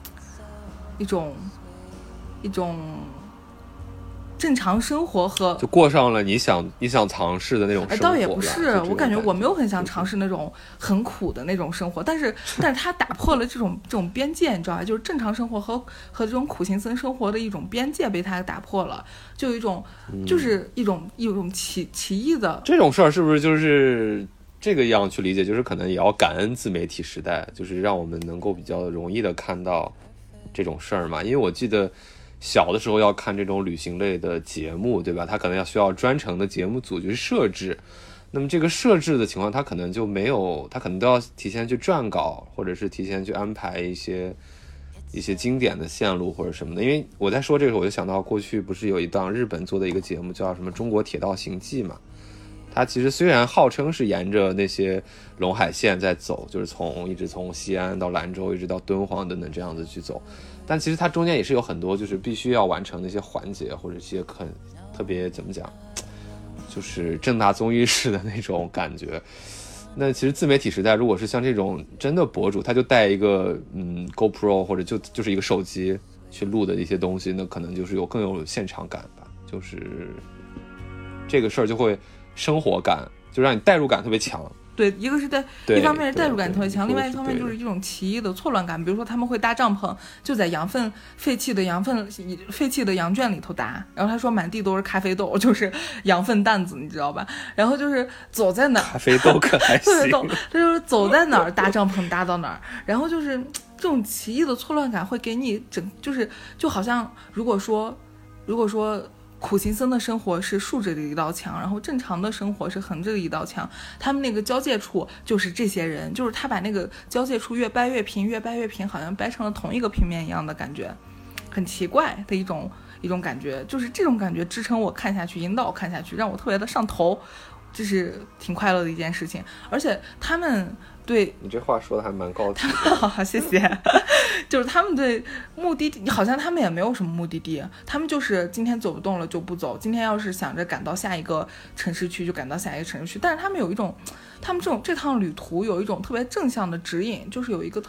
正常生活和就过上了你想尝试的那种生活。 倒也不是，我感觉我没有很想尝试那种很苦的那种生活，但是他打破了这种边界，你知道吧？就是正常生活和这种苦行僧生活的一种边界被他打破了，就有一种就是一种奇异的这种事儿，是不是就是这个样去理解？就是可能也要感恩自媒体时代，就是让我们能够比较容易的看到这种事儿嘛。因为我记得小的时候要看这种旅行类的节目，对吧？它可能需要专程的节目组去设置，那么这个设置的情况，它可能就没有，它可能都要提前去撰稿，或者是提前去安排一些经典的线路或者什么的。因为我在说这个，我就想到过去不是有一档日本做的一个节目叫什么《中国铁道行记》嘛？它其实虽然号称是沿着那些陇海线在走，就是一直从西安到兰州一直到敦煌等等这样子去走，但其实它中间也是有很多就是必须要完成的一些环节，或者一些特别怎么讲，就是正大综艺式的那种感觉。那其实自媒体时代，如果是像这种真的博主，他就带一个GoPro 或者就是一个手机去录的一些东西，那可能就是更有现场感吧，就是这个事儿就会生活感，就让你代入感特别强。 对，一个是一方面是代入感特别强，另外一方面就是一种奇异的错乱感。比如说他们会搭帐篷，就在废弃的羊圈里头搭，然后他说满地都是咖啡豆，就是羊粪蛋子，你知道吧？然后就是走在哪儿， 咖啡豆可还行， 特别逗，他就是走在哪儿搭帐篷搭到哪儿，然后就是这种奇异的错乱感会给你就好像如果说苦行僧的生活是竖着的一道墙，然后正常的生活是横着的一道墙，他们那个交界处就是这些人，就是他把那个交界处越掰越平，好像掰成了同一个平面一样的感觉，很奇怪的一种感觉，就是这种感觉支撑我看下去，引导我看下去，让我特别的上头，这是挺快乐的一件事情。而且他们对你这话说的还蛮高级的好谢谢就是他们对目的地好像他们也没有什么目的地，他们就是今天走不动了就不走，今天要是想着赶到下一个城市区就赶到下一个城市区，但是他们这趟旅途有一种特别正向的指引，就是有一个特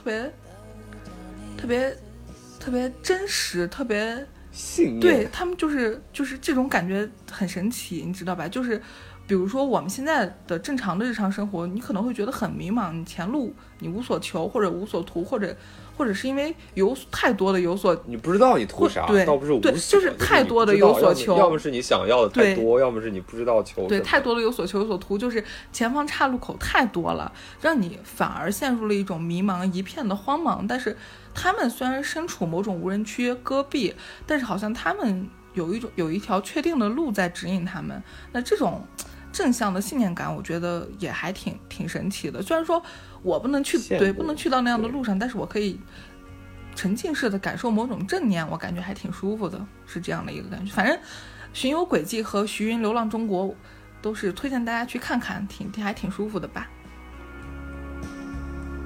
别真实特别信念， 对，他们就是这种感觉很神奇，你知道吧？就是比如说我们现在的正常的日常生活，你可能会觉得很迷茫，你前路你无所求或者无所图，或者是因为有太多的有所你不知道你图啥， 对， 倒不是无所， 对，就是太多的有所求， 要么是你想要的太多，要么是你不知道求什么， 对，太多的有所求有所图，就是前方岔路口太多了，让你反而陷入了一种迷茫，一片的荒茫。但是他们虽然身处某种无人区戈壁，但是好像他们有一条确定的路在指引他们，那这种正向的信念感，我觉得也还挺神奇的。虽然说我不能去到那样的路上，但是我可以沉浸式的感受某种正念，我感觉还挺舒服的，是这样的一个感觉。反正巡游轨迹和徐云流浪中国都是推荐大家去看看，还挺舒服的吧。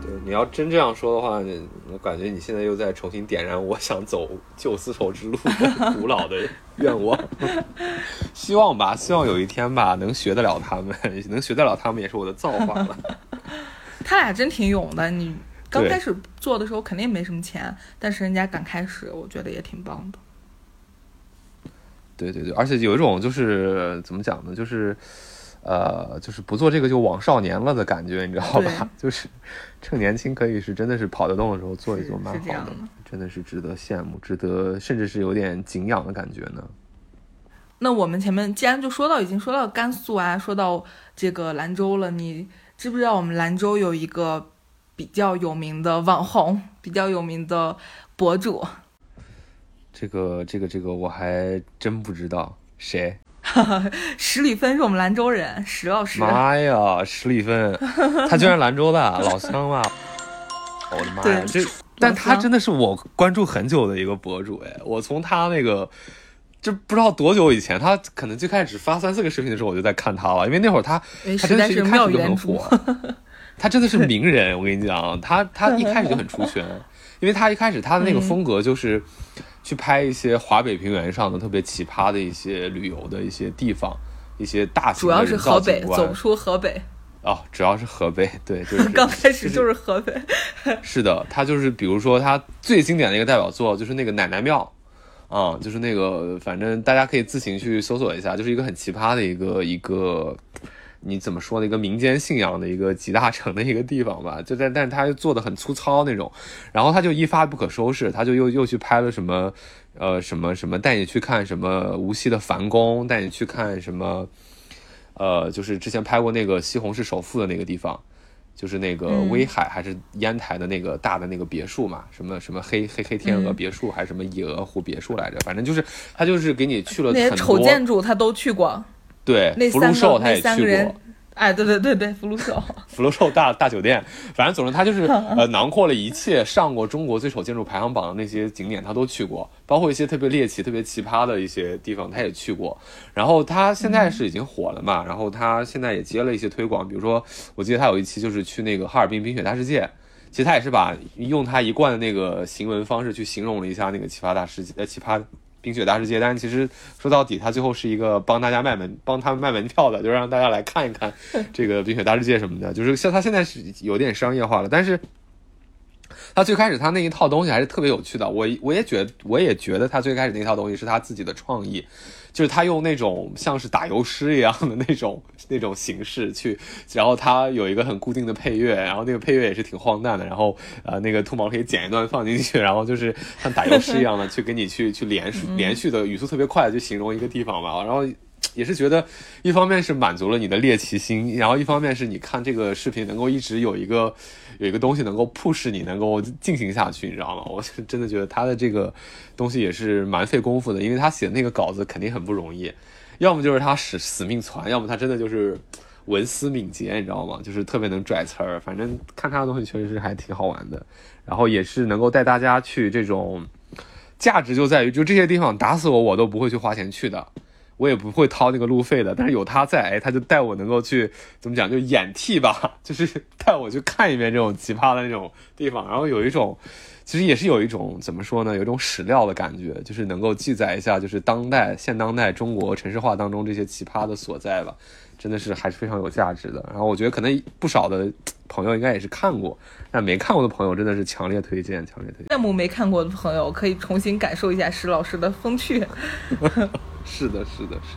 对，你要真这样说的话，我感觉你现在又在重新点燃我想走旧丝绸之路的古老的愿望。希望吧，希望有一天吧，能学得了他们，能学得了他们也是我的造化了。 他俩真挺勇的，你刚开始做的时候肯定没什么钱，但是人家敢开始，我觉得也挺棒的。 对对对，而且有一种就是怎么讲呢，就是不做这个就枉少年了的感觉，你知道吧？就是趁年轻可以是真的是跑得动的时候做一做，蛮好的，真的是值得羡慕，值得甚至是有点敬仰的感觉呢。 那我们前面既然就已经说到甘肃啊，说到这个兰州了，你知不知道我们兰州有一个比较有名的网红，比较有名的博主？ 这个我还真不知道谁。 石礼芬是我们兰州人，石老师。 妈呀，石礼芬，他居然兰州的老乡啊！我的妈呀，但他真的是我关注很久的一个博主哎，我从他那个就不知道多久以前，他可能最开始只发3-4个视频的时候我就在看他了，因为那会儿他真的是一开始就很火，他真的是名人，我跟你讲，他一开始就很出圈，因为他一开始他的那个风格就是去拍一些华北平原上的特别奇葩的一些旅游的一些地方，一些大型的人造景观，主要是河北，走不出河北。 哦，主要是河北，对，就是刚开始就是河北。 是的，他就是比如说他最经典的一个代表作就是那个奶奶庙。就是那个，反正大家可以自行去搜索一下，就是一个很奇葩的一个，你怎么说呢？一个民间信仰的一个集大成的一个地方吧。但是他又做的很粗糙那种，然后他就一发不可收拾，他就又去拍了什么，什么带你去看什么无锡的梵宫，带你去看什么，就是之前拍过那个西红柿首富的那个地方。就是那个威海还是烟台的那个大的那个别墅嘛，什么黑天鹅别墅还是什么野鹅湖别墅来着，反正就是他就是给你去了很多那些丑建筑他都去过， 对，福禄寿他也去过， 哎，对，福禄寿大酒店，反正总之他就是囊括了一切上过中国最丑建筑排行榜的那些景点他都去过，包括一些特别猎奇特别奇葩的一些地方他也去过。然后他现在是已经火了嘛，然后他现在也接了一些推广，比如说我记得他有一期就是去那个哈尔滨冰雪大世界，其实他也是用他一贯的那个行文方式去形容了一下那个奇葩冰雪大世界，但是其实说到底他最后是一个帮他们卖门票的，就让大家来看一看这个冰雪大世界什么的，就是像他现在是有点商业化了，但是他最开始他那一套东西还是特别有趣的，我也觉得他最开始那套东西是他自己的创意，就是他用那种像是打油诗一样的那种形式去，然后他有一个很固定的配乐，然后那个配乐也是挺荒诞的，然后那个兔毛可以剪一段放进去，然后就是像打油诗一样的去跟你去连续的语速特别快的去形容一个地方嘛，然后也是觉得一方面是满足了你的猎奇心，然后一方面是你看这个视频能够一直有一个东西能够push你能够进行下去，你知道吗？我真的觉得他的这个东西也是蛮费功夫的，因为他写的那个稿子肯定很不容易，要么就是他死命传，要么他真的就是文思敏捷，你知道吗？就是特别能拽词儿，反正看他的东西确实是还挺好玩的，然后也是能够带大家去这种价值就在于就这些地方打死我都不会去花钱去的，我也不会掏那个路费的，但是有他在，他就带我能够去怎么讲，就演替吧，就是带我去看一遍这种奇葩的那种地方，然后有一种其实也是有一种怎么说呢，有一种史料的感觉，就是能够记载一下就是现当代中国城市化当中这些奇葩的所在吧，真的是还是非常有价值的。然后我觉得可能不少的朋友应该也是看过，但没看过的朋友真的是强烈推荐。 羡慕没看过的朋友可以重新感受一下石老师的风趣。 是的。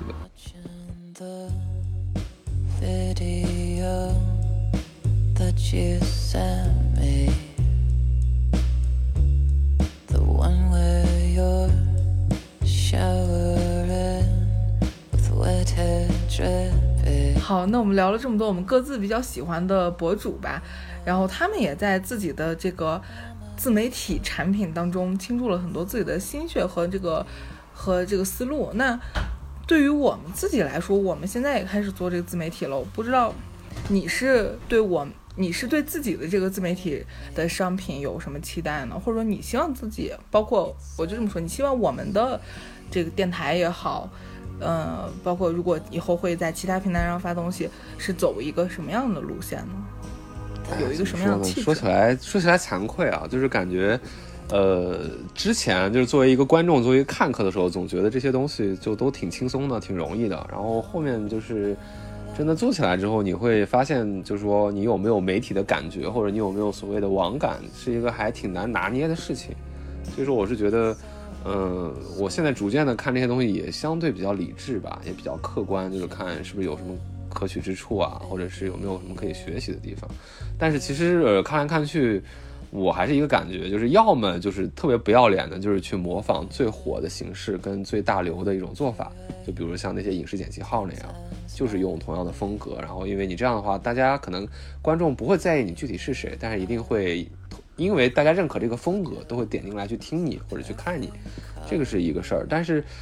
好，那我们聊了这么多我们各自比较喜欢的博主吧，然后他们也在自己的这个自媒体产品当中倾注了很多自己的心血和这个思路。那对于我们自己来说，我们现在也开始做这个自媒体了，我不知道你是对自己的这个自媒体的商品有什么期待呢？或者说你希望自己，包括我就这么说，你希望我们的这个电台也好，包括如果以后会在其他平台上发东西，是走一个什么样的路线呢？ 有一个什么样的气质？ 说起来惭愧啊，就是感觉之前就是作为一个观众，作为一个看客的时候，总觉得这些东西就都挺轻松的，挺容易的。然后后面就是真的做起来之后，你会发现，就是说你有没有媒体的感觉，或者你有没有所谓的网感，是一个还挺难拿捏的事情。所以说，我是觉得，我现在逐渐的看这些东西也相对比较理智吧，也比较客观，就是看是不是有什么可取之处啊，或者是有没有什么可以学习的地方。但是其实看来看去，我还是一个感觉，就是要么就是特别不要脸的，就是去模仿最火的形式跟最大流的一种做法，就比如像那些影视剪辑号那样，就是用同样的风格，然后因为你这样的话，大家可能观众不会在意你具体是谁，但是一定会因为大家认可这个风格，都会点进来去听你或者去看你，这个是一个事儿。但是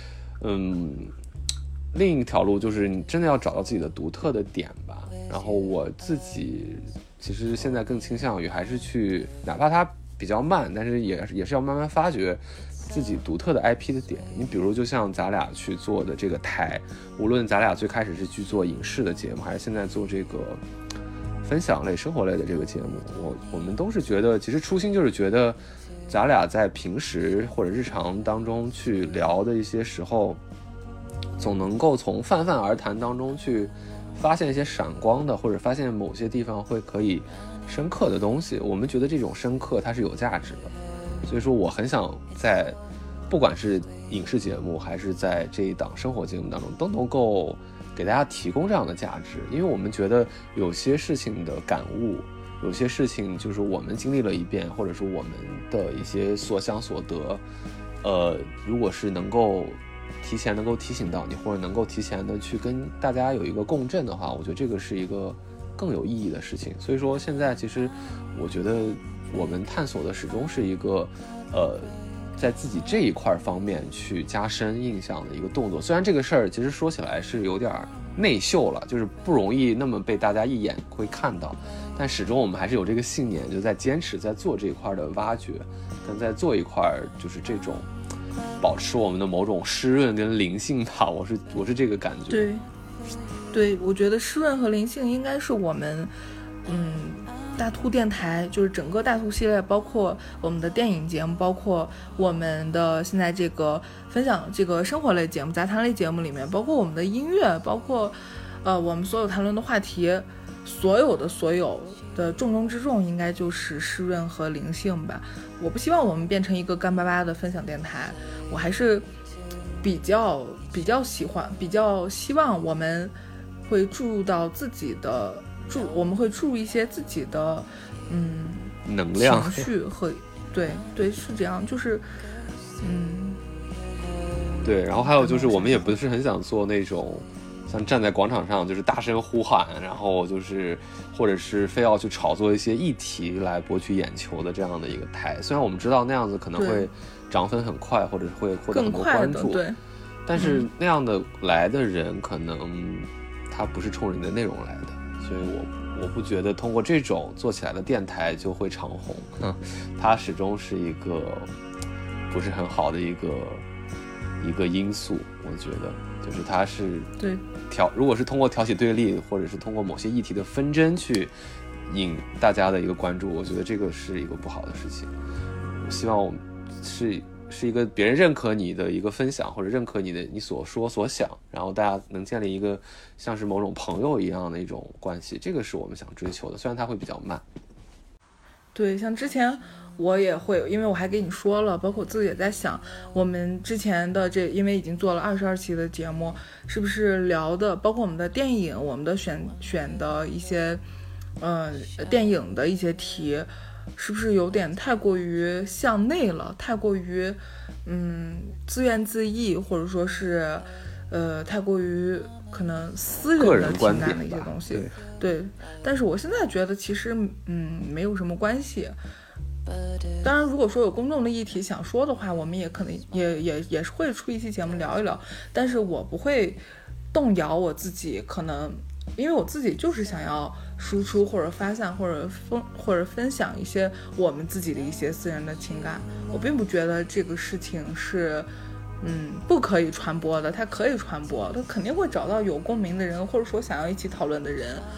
另一条路就是你真的要找到自己的独特的点吧。然后我自己其实现在更倾向于还是去，哪怕它比较慢，但是也是要慢慢发掘自己独特的 IP 的点。你比如就像咱俩去做的这个台，无论咱俩最开始是去做影视的节目，还是现在做这个分享类生活类的这个节目，我们都是觉得，其实初心就是觉得咱俩在平时或者日常当中去聊的一些时候，总能够从泛泛而谈当中去发现一些闪光的，或者发现某些地方会可以深刻的东西。我们觉得这种深刻它是有价值的，所以说我很想在不管是影视节目还是在这一档生活节目当中，都能够给大家提供这样的价值。因为我们觉得有些事情的感悟，有些事情就是我们经历了一遍，或者是我们的一些所想所得，如果是能够提前能够提醒到你，或者能够提前的去跟大家有一个共振的话，我觉得这个是一个更有意义的事情。所以说现在其实我觉得我们探索的始终是一个在自己这一块方面去加深印象的一个动作。虽然这个事儿其实说起来是有点内秀了，就是不容易那么被大家一眼会看到，但始终我们还是有这个信念，就在坚持在做这一块的挖掘，跟在做一块就是这种保持我们的某种湿润跟灵性吧。我是这个感觉。 对，我觉得湿润和灵性应该是我们大兔电台，就是整个大兔系列，包括我们的电影节目，包括我们的现在这个分享这个生活类节目、杂谈类节目里面，包括我们的音乐，包括我们所有谈论的话题，所有的重中之重应该就是湿润和灵性吧。我不希望我们变成一个干巴巴的分享电台，我还是比较希望我们会注入到自己的我们会注入一些自己的能量情绪和对是这样，就是对。然后还有就是我们也不是很想做那种像站在广场上就是大声呼喊，然后就是或者是非要去炒作一些议题来博取眼球的这样的一个台。虽然我们知道那样子可能会涨粉很快，或者会获得很多关注， 对， 但是那样的来的人可能他不是冲着你的内容来的。所以我不觉得通过这种做起来的电台就会长红，它始终是一个不是很好的一个因素。我觉得就是它是对如果是通过挑起对立，或者是通过某些议题的纷争去引大家的一个关注，我觉得这个是一个不好的事情。我希望我们是一个别人认可你的一个分享，或者认可你所说所想，然后大家能建立一个像是某种朋友一样的一种关系，这个是我们想追求的，虽然它会比较慢。 对，像之前我也会，因为我还给你说了，包括我自己也在想，我们之前的因为已经做了22期的节目，是不是聊的包括我们的电影，我们的选的一些电影的一些题，是不是有点太过于向内了，太过于自怨自艾，或者说是太过于可能私人的情感的一些东西。对，但是我现在觉得其实没有什么关系。当然如果说有公众的议题想说的话，我们也可能也是会出一期节目聊一聊，但是我不会动摇我自己，可能因为我自己就是想要输出或者发散或者分享一些我们自己的一些私人的情感，我并不觉得这个事情是不可以传播的，它可以传播，它肯定会找到有共鸣的人，或者说想要一起讨论的人。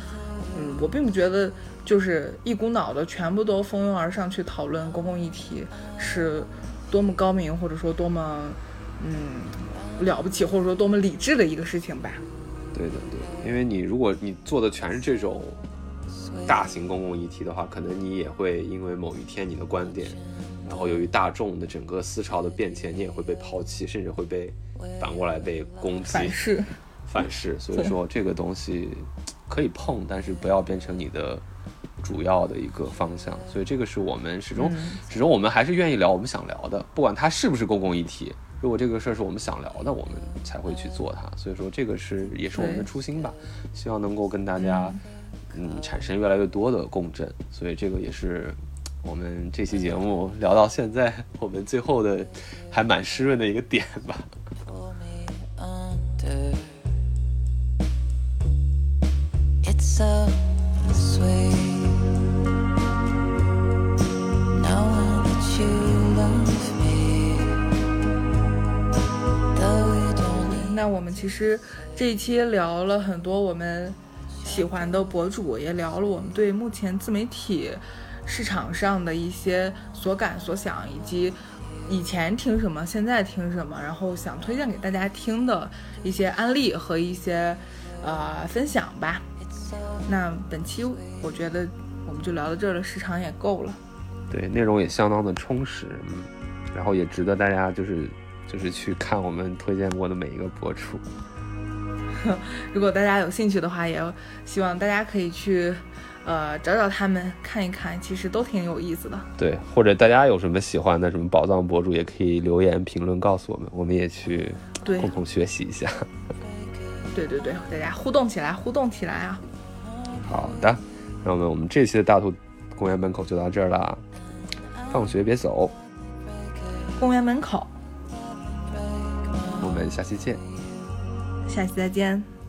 我并不觉得就是一股脑的全部都蜂拥而上去讨论公共议题是多么高明，或者说多么了不起，或者说多么理智的一个事情吧。 对的，因为如果你做的全是这种大型公共议题的话，可能你也会因为某一天你的观点，然后由于大众的整个思潮的变迁，你也会被抛弃，甚至会被反过来被攻击反噬。所以说这个东西可以碰，但是不要变成你的主要的一个方向。所以这个是我们始终我们还是愿意聊我们想聊的，不管它是不是公共议题，如果这个事儿是我们想聊的，我们才会去做它。所以说这个也是我们的初心吧，希望能够跟大家产生越来越多的共振。所以这个也是我们这期节目聊到现在我们最后的还蛮湿润的一个点吧。 It's so sweet. Knowing that you love me. Though you don't need. 那我们其实这一期聊了很多我们喜欢的博主，也聊了我们对目前自媒体市场上的一些所感所想，以及以前听什么现在听什么，然后想推荐给大家听的一些案例和一些分享吧。那本期我觉得我们就聊到这儿了，时长也够了， 对，内容也相当的充实，然后也值得大家就是去看我们推荐过的每一个博主。 如果大家有兴趣的话，也希望大家可以去找找他们看一看，其实都挺有意思的。 对，或者大家有什么喜欢的什么宝藏博主，也可以留言评论告诉我们，我们也去共同学习一下。 对，大家互动起来啊！ 好的，那我们这期的大兔公园门口就到这儿了，放学别走， 公园门口， 我们下期见。 下期再见。